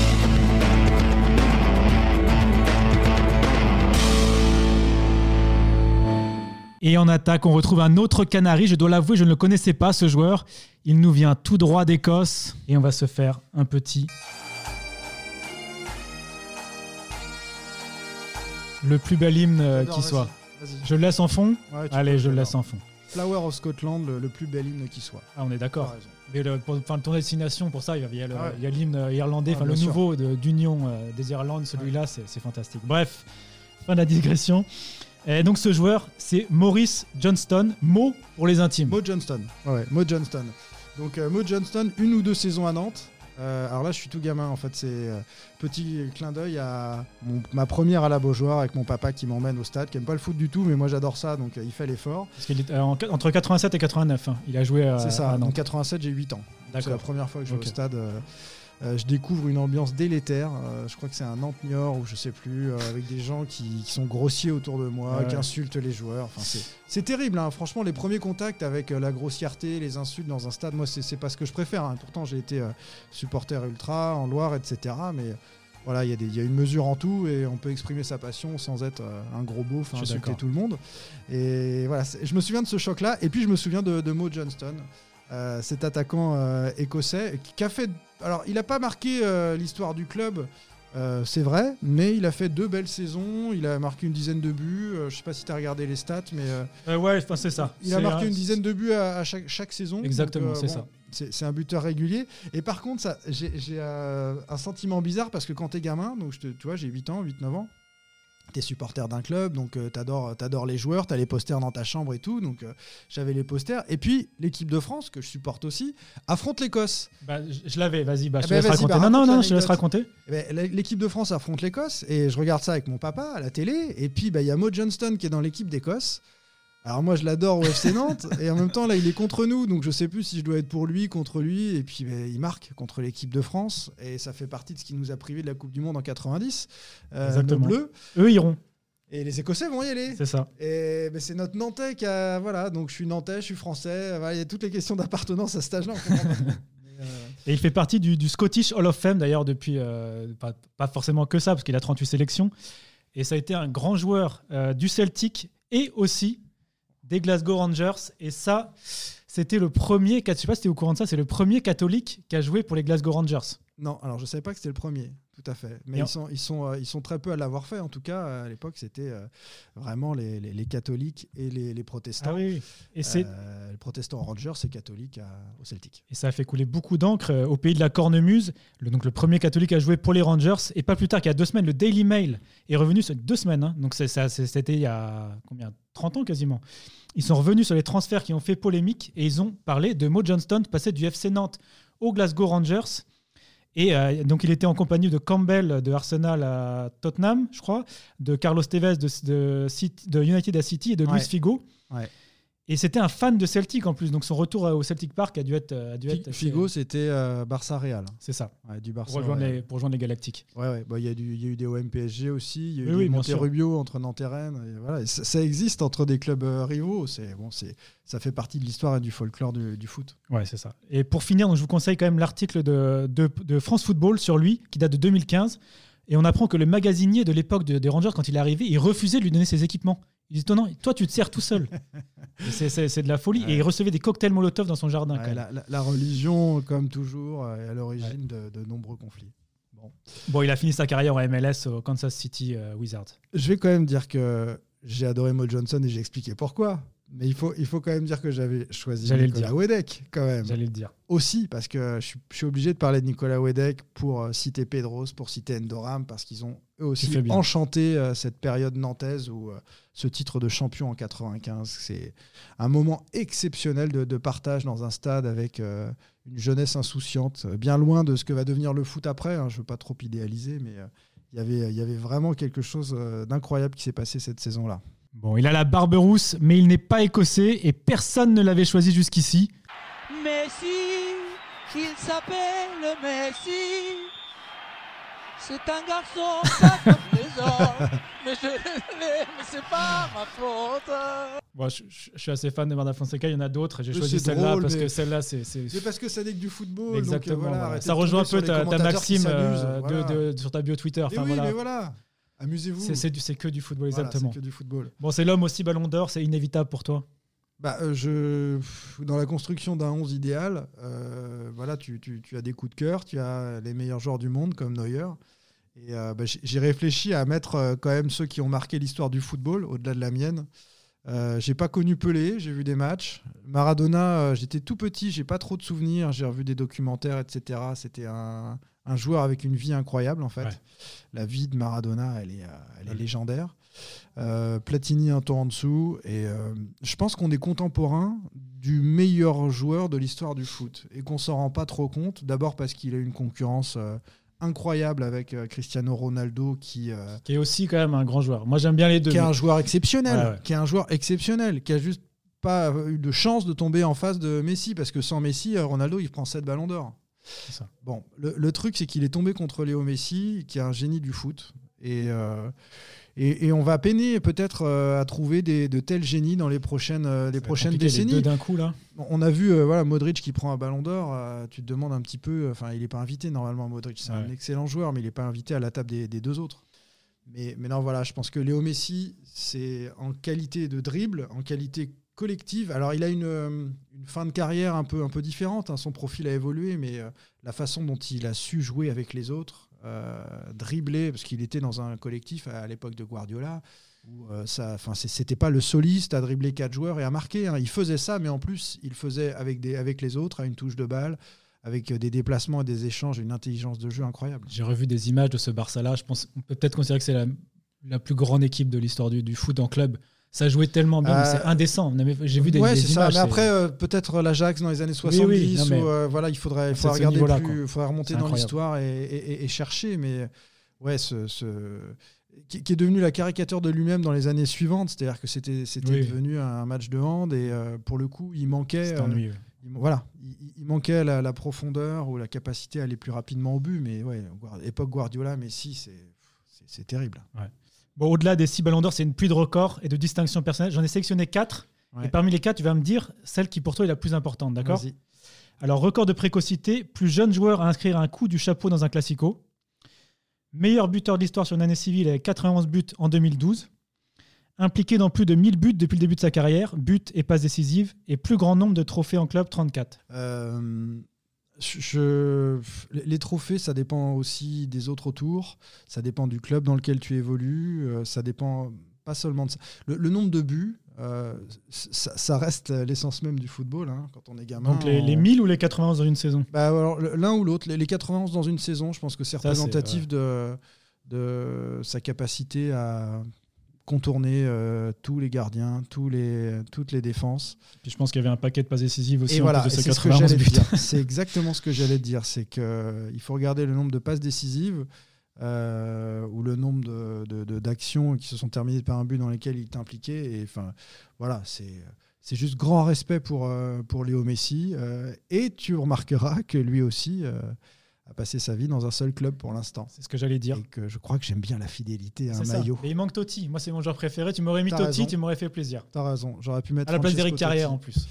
Et en attaque, on retrouve un autre Canari. Je dois l'avouer, je ne le connaissais pas, ce joueur. Il nous vient tout droit d'Écosse et on va se faire un petit... Le plus bel hymne euh, qui vas-y, soit. Vas-y. Je le laisse en fond? Ouais, Allez, peux, je le laisse en fond. Flower of Scotland, le, le plus bel hymne qui soit. Ah, on est d'accord. Mais le, pour enfin, le tournoi de destination, pour ça, il y a, le, ah ouais. il y a l'hymne irlandais, ah, le sûr. nouveau de, d'Union euh, des Irlandes, celui-là, ouais. c'est, c'est fantastique. Bref, fin de la digression. Et donc ce joueur, c'est Maurice Johnston, Mo pour les intimes. Mo Johnston, ouais, Mo Johnston. Donc euh, Mo Johnston, une ou deux saisons à Nantes. Euh, alors là, je suis tout gamin, en fait, c'est euh, petit clin d'œil à mon, ma première à la Beaujoire avec mon papa qui m'emmène au stade, qui aime pas le foot du tout, mais moi j'adore ça, donc euh, il fait l'effort. Parce qu'il est euh, en, entre quatre-vingt-sept et quatre-vingt-neuf, hein. Il a joué à, c'est ça, à Nantes. En quatre-vingt-sept, j'ai huit ans. D'accord. C'est la première fois que je vais okay. au stade. Euh, Euh, je découvre une ambiance délétère. Euh, je crois que c'est un Nantes-Niort ou je sais plus, euh, avec des gens qui, qui sont grossiers autour de moi, ouais. qui insultent les joueurs. Enfin, c'est, c'est terrible, hein. Franchement, les premiers contacts avec euh, la grossièreté, les insultes dans un stade, moi, c'est, c'est pas ce que je préfère. Hein. Pourtant, j'ai été euh, supporter ultra en Loire, et cetera. Mais voilà, il y, y a une mesure en tout et on peut exprimer sa passion sans être euh, un gros beauf, insulter d'accord. tout le monde. Et voilà, je me souviens de ce choc-là. Et puis, je me souviens de, de Mo Johnston. Euh, cet attaquant euh, écossais qui a fait. Alors, il n'a pas marqué euh, l'histoire du club Euh, c'est vrai, mais il a fait deux belles saisons, il a marqué une dizaine de buts, euh, je sais pas si tu as regardé les stats, mais euh, Euh, ouais, enfin, c'est ça. il a C'est marqué un- une dizaine de buts à, à chaque, chaque saison. Exactement, Donc, euh, c'est bon, ça. C'est, c'est un buteur régulier. Et par contre, ça, j'ai, j'ai euh, un sentiment bizarre parce que quand t'es gamin, donc je te, tu vois, j'ai huit ans, huit neuf ans, t'es supporter d'un club, donc euh, t'adores, t'adores les joueurs, t'as les posters dans ta chambre et tout, donc euh, j'avais les posters. Et puis, l'équipe de France, que je supporte aussi, affronte l'Écosse. Bah, je, je l'avais, vas-y, bah, je Ah te bah, laisse vas-y, raconter. bah, non, non, raconte non, je te laisse l'anecdote. raconter. Eh ben, la- l'équipe de France affronte l'Écosse et je regarde ça avec mon papa à la télé. Et puis, bah, il y a Mo Johnston qui est dans l'équipe d'Écosse. Alors moi, je l'adore au F C Nantes. Et en même temps, là, il est contre nous. Donc, je sais plus si je dois être pour lui, contre lui. Et puis, bah, il marque contre l'équipe de France. Et ça fait partie de ce qui nous a privés de la Coupe du Monde en quatre-vingt-dix. Euh, Exactement. nos Bleus. Eux iront, Et les Écossais vont y aller. c'est ça. Et bah, c'est notre Nantais qui a... Voilà, donc je suis Nantais, je suis Français. Voilà, il y a toutes les questions d'appartenance à cet âge-là. on comprend pas trop. Mais, euh, Et il fait partie du, du Scottish Hall of Fame, d'ailleurs, depuis, euh, pas, pas forcément que ça, parce qu'il a trente-huit sélections. Et ça a été un grand joueur euh, du Celtic et aussi des Glasgow Rangers. Et ça, c'était le premier, je ne sais pas si tu es au courant de ça, c'est le premier catholique qui a joué pour les Glasgow Rangers. Non, alors je savais pas que c'était le premier, tout à fait. Mais Et ils en- sont, ils, sont, euh, ils sont très peu à l'avoir fait. En tout cas, à l'époque, c'était euh, vraiment les, les, les catholiques et les, les protestants. Ah oui, oui. Et, c'est, Euh, les protestants Rangers, c'est catholique à- au Celtic. et ça a fait couler beaucoup d'encre euh, au pays de la cornemuse. Le, donc le premier catholique à jouer pour les Rangers. Et pas plus tard qu'il y a deux semaines, le Daily Mail est revenu sur deux semaines. hein. Donc c'est, ça, c'est- c'était il y a combien trente ans quasiment. Ils sont revenus sur les transferts qui ont fait polémique et ils ont parlé de Mo Johnston passé du F C Nantes au Glasgow Rangers. Et euh, donc il était en compagnie de Campbell de Arsenal à Tottenham, je crois, de Carlos Tevez de, de, City- de United à City et de Ouais. Luis Figo. Ouais. Et c'était un fan de Celtic en plus, donc son retour au Celtic Park a dû être. A dû Fi- être assez- Figo, c'était euh, Barça-Real. c'est ça, Ouais, du pour Barça. rejoindre, ouais. les, pour rejoindre les Galactiques. Ouais, ouais. Bah, il y, a du- il y a eu des O M P S G aussi. Il y a eu Oui, des oui, bien sûr. Monterrubio entre Nantes et Rennes. Et voilà. Et ça, ça existe entre des clubs euh, rivaux. C'est, bon, c'est, ça fait partie de l'histoire et du folklore du, du foot. Ouais, c'est ça. Et pour finir, donc, je vous conseille quand même l'article de, de, de France Football sur lui, qui date de deux mille quinze. Et on apprend que le magasinier de l'époque de- des Rangers, quand il est arrivé, il refusait de lui donner ses équipements. Il dit, non, toi, tu te sers tout seul. Et c'est, c'est- c'est de la folie. Ouais. Et il recevait des cocktails Molotov dans son jardin. Ouais, quand même. la, la- la religion, comme toujours, euh, est à l'origine de, de nombreux conflits. Bon. Bon, il a fini sa carrière en M L S au Kansas City euh, Wizards. Je vais quand même dire que j'ai adoré Mo Johnson et j'ai expliqué pourquoi. Mais il faut, il faut quand même dire que j'avais choisi J'allais le Nicolas dire. Wedek, quand même. J'allais le dire. Aussi, parce que je suis, je suis obligé de parler de Nicolas Wedek pour euh, citer Pedros, pour citer Endoram, parce qu'ils ont eux aussi Tu fais bien. enchanté euh, cette période nantaise où euh, ce titre de champion en quatre-vingt-quinze, c'est un moment exceptionnel de, de partage dans un stade avec euh, une jeunesse insouciante, euh, bien loin de ce que va devenir le foot après. hein. Je ne veux pas trop idéaliser, mais euh, il y avait, il y avait vraiment quelque chose euh, d'incroyable qui s'est passé cette saison-là. Bon, il a la barbe rousse, mais il n'est pas écossais et personne ne l'avait choisi jusqu'ici. Messi, qu'il s'appelle Messi. C'est un garçon pas comme les autres. Mais je l'aime, mais c'est pas ma faute. Bon, je, je- je suis assez fan de Marda Fonseca, il y en a d'autres. et J'ai Mais choisi c'est celle-là drôle, parce mais- que celle-là, c'est. c'est- C'est parce que ça n'est que du football. Exactement. Donc, euh, voilà, voilà. arrêtez Ça de rejoint un tomber peu sur ta, les ta commentateurs qui maxime s'amusent, euh, voilà. de, de- sur ta bio Twitter. Et Enfin, oui, voilà. mais voilà. Amusez-vous. C'est, c'est du- c'est que du football, Voilà, exactement. c'est que du football. Bon, c'est l'homme aussi Ballon d'Or, c'est inévitable pour toi. Bah, euh, je, pff, dans la construction d'un onze idéal, euh, voilà, tu, tu- tu as des coups de cœur, tu as les meilleurs joueurs du monde comme Neuer. Et euh, bah, j'ai, j'ai réfléchi à mettre euh, quand même ceux qui ont marqué l'histoire du football, au-delà de la mienne. Euh, j'ai pas connu Pelé, j'ai vu des matchs. Maradona, euh, j'étais tout petit, j'ai pas trop de souvenirs, j'ai revu des documentaires, et cetera. C'était un, un joueur avec une vie incroyable en fait. Ouais. La vie de Maradona, elle est, euh, elle est légendaire. Euh, Platini un temps en dessous. Et euh, je pense qu'on est contemporain du meilleur joueur de l'histoire du foot et qu'on s'en rend pas trop compte. D'abord parce qu'il a une concurrence euh, incroyable avec euh, Cristiano Ronaldo qui, euh, Qui est aussi quand même un grand joueur. Moi, j'aime bien les deux. qui est mais- un joueur exceptionnel, Ouais, ouais. qui est un joueur exceptionnel, qui a juste pas eu de chance de tomber en face de Messi parce que sans Messi, euh, Ronaldo il prend sept ballons d'or. C'est ça. Bon, le, le truc c'est qu'il est tombé contre Léo Messi, qui est un génie du foot, et euh, et, et on va peiner peut-être euh, à trouver des, de tels génies dans les prochaines euh, les Ça va prochaines compliqué, les décennies. deux d'un coup, là. Bon, on a vu euh, voilà Modric qui prend un ballon d'or. euh, tu te demandes un petit peu. Enfin, il n'est pas invité normalement. Modric, c'est Ouais. un excellent joueur, mais il n'est pas invité à la table des, des deux autres. Mais, mais non, voilà, je pense que Léo Messi, c'est en qualité de dribble, en qualité collective. Alors, il a une, euh, une fin de carrière un peu, un peu différente. hein. Son profil a évolué, mais euh, la façon dont il a su jouer avec les autres, euh, dribbler, parce qu'il était dans un collectif à, à l'époque de Guardiola, où euh, ça, c'était pas le soliste à dribbler quatre joueurs et à marquer. Hein. Il faisait ça, mais en plus, il faisait avec, des, avec les autres, à une touche de balle, avec des déplacements et des échanges, une intelligence de jeu incroyable. J'ai revu des images de ce Barça-là. Je pense qu'on peut peut-être considérer que c'est la, la plus grande équipe de l'histoire du, du foot en club. Ça jouait tellement bien, euh, c'est indécent. J'ai vu des, ouais, des c'est images. Ça. Mais après, euh, peut-être l'Ajax dans les années soixante-dix, oui, oui, non, mais... où euh, voilà, il faudrait, il faudrait regarder plus, il faudrait remonter dans l'histoire et, et, et chercher. Mais ouais, ce, ce... Qui, qui est devenu la caricature de lui-même dans les années suivantes. C'est-à-dire que c'était oui. devenu un match de hand et euh, pour le coup, il manquait. Euh, ennuyeux. il, voilà, il, il manquait la, la profondeur ou la capacité à aller plus rapidement au but. Mais ouais, époque Guardiola, Messi, c'est terrible. Ouais. Bon, au-delà des six ballons d'or, c'est une pluie de records et de distinctions personnelles. J'en ai sélectionné quatre. Ouais. Et parmi les quatre, tu vas me dire celle qui, pour toi, est la plus importante. D'accord ? Alors, record de précocité, plus jeune joueur à inscrire un coup du chapeau dans un classico. Meilleur buteur de l'histoire sur une année civile avec quatre-vingt-onze buts en deux mille douze. Impliqué dans plus de mille buts depuis le début de sa carrière, buts et passes décisives. Et plus grand nombre de trophées en club, trente-quatre. Euh... Je, les trophées, ça dépend aussi des autres autour, ça dépend du club dans lequel tu évolues, euh, ça dépend pas seulement de ça. Le, le nombre de buts, euh, ça, ça reste l'essence même du football hein, quand on est gamin. Donc les, on... les mille ou les quatre-vingt-onze dans une saison bah, l'un ou l'autre. Les, les quatre-vingt-onze dans une saison, je pense que c'est représentatif ouais. de, de sa capacité à contourner euh, tous les gardiens, tous les, toutes les défenses. Puis je pense qu'il y avait un paquet de passes décisives aussi. Et voilà, de ce c'est ce que j'allais dire. C'est exactement ce que j'allais dire. C'est qu'il faut regarder le nombre de passes décisives euh, ou le nombre de, de, de, d'actions qui se sont terminées par un but dans lesquelles il est impliqué. Et enfin, voilà, c'est... C'est juste grand respect pour, euh, pour Léo Messi. Euh, et tu remarqueras que lui aussi... Euh, a passé sa vie dans un seul club pour l'instant. C'est ce que j'allais dire. Et que je crois que j'aime bien la fidélité à un ça. maillot. Mais il manque Totti. Moi, c'est mon joueur préféré. Tu m'aurais mis Totti, raison. Tu m'aurais fait plaisir. T'as raison. J'aurais pu mettre à la place d'Eric Carrière en plus.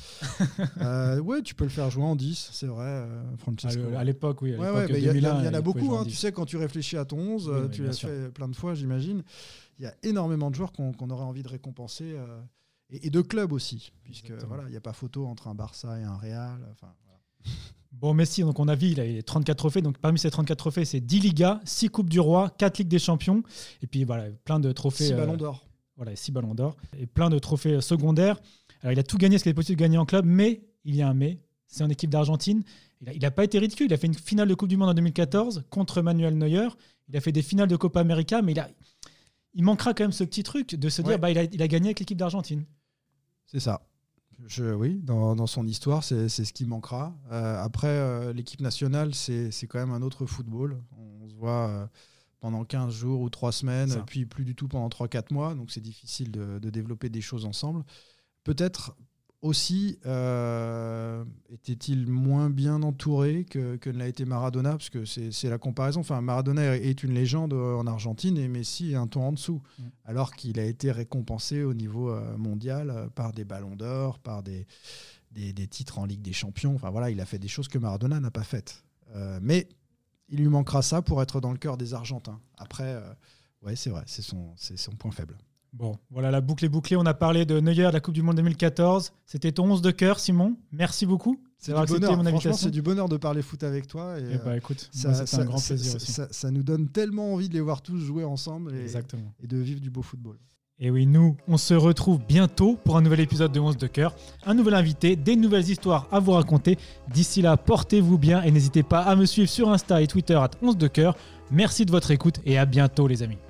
euh, ouais, tu peux le faire jouer en dix, c'est vrai, euh, Francesco. À l'époque, oui. Il ouais, ouais, y, y, y en a beaucoup. Hein, tu sais, quand tu réfléchis à ton onze, oui, tu l'as fait plein de fois, j'imagine. Il y a énormément de joueurs qu'on qu'on aurait envie de récompenser. Euh, et, et de clubs aussi. Puisque voilà, il n'y a pas photo entre un Barça et un Real. Enfin, voilà. Bon, Messi, donc on a vu, il a trente-quatre trophées. Donc parmi ces trente-quatre trophées, c'est dix Ligas, six Coupes du Roi, quatre Ligues des Champions. Et puis voilà, plein de trophées. six ballons d'or. Euh, voilà, six ballons d'or. Et plein de trophées secondaires. Alors il a tout gagné ce qu'il est possible de gagner en club, mais il y a un mais. C'est en équipe d'Argentine. Il n'a pas été ridicule. Il a fait une finale de Coupe du Monde en deux mille quatorze contre Manuel Neuer. Il a fait des finales de Copa América, mais il, a, il manquera quand même ce petit truc de se dire ouais. bah, il, a, il a gagné avec l'équipe d'Argentine. C'est ça. Je, oui, dans, dans son histoire, c'est ce qui manquera. Euh, après, euh, l'équipe nationale, c'est quand même un autre football. On se voit euh, pendant quinze jours ou trois semaines, ça. Puis plus du tout pendant trois quatre mois. Donc, c'est difficile de, de développer des choses ensemble. Peut-être aussi, euh, était-il moins bien entouré que, que ne l'a été Maradona, parce que c'est la comparaison. Enfin, Maradona est une légende en Argentine et Messi est un ton en dessous, mmh. alors qu'il a été récompensé au niveau mondial par des ballons d'or, par des, des, des titres en Ligue des Champions. Enfin voilà, il a fait des choses que Maradona n'a pas faites. Euh, mais il lui manquera ça pour être dans le cœur des Argentins. Après, euh, ouais, c'est vrai, c'est son, c'est son point faible. Bon, voilà, la boucle est bouclée. On a parlé de Neuer, de la Coupe du Monde deux mille quatorze. C'était ton onze de cœur, Simon. Merci beaucoup. C'est du bonheur. Mon Franchement, c'est du bonheur de parler foot avec toi. Et, et bah, écoute, c'est un grand plaisir ça, aussi. Ça, ça nous donne tellement envie de les voir tous jouer ensemble et, Exactement. et de vivre du beau football. Et oui, nous, on se retrouve bientôt pour un nouvel épisode de onze de cœur. Un nouvel invité, des nouvelles histoires à vous raconter. D'ici là, portez-vous bien et n'hésitez pas à me suivre sur Insta et Twitter à onze de cœur. Merci de votre écoute et à bientôt, les amis.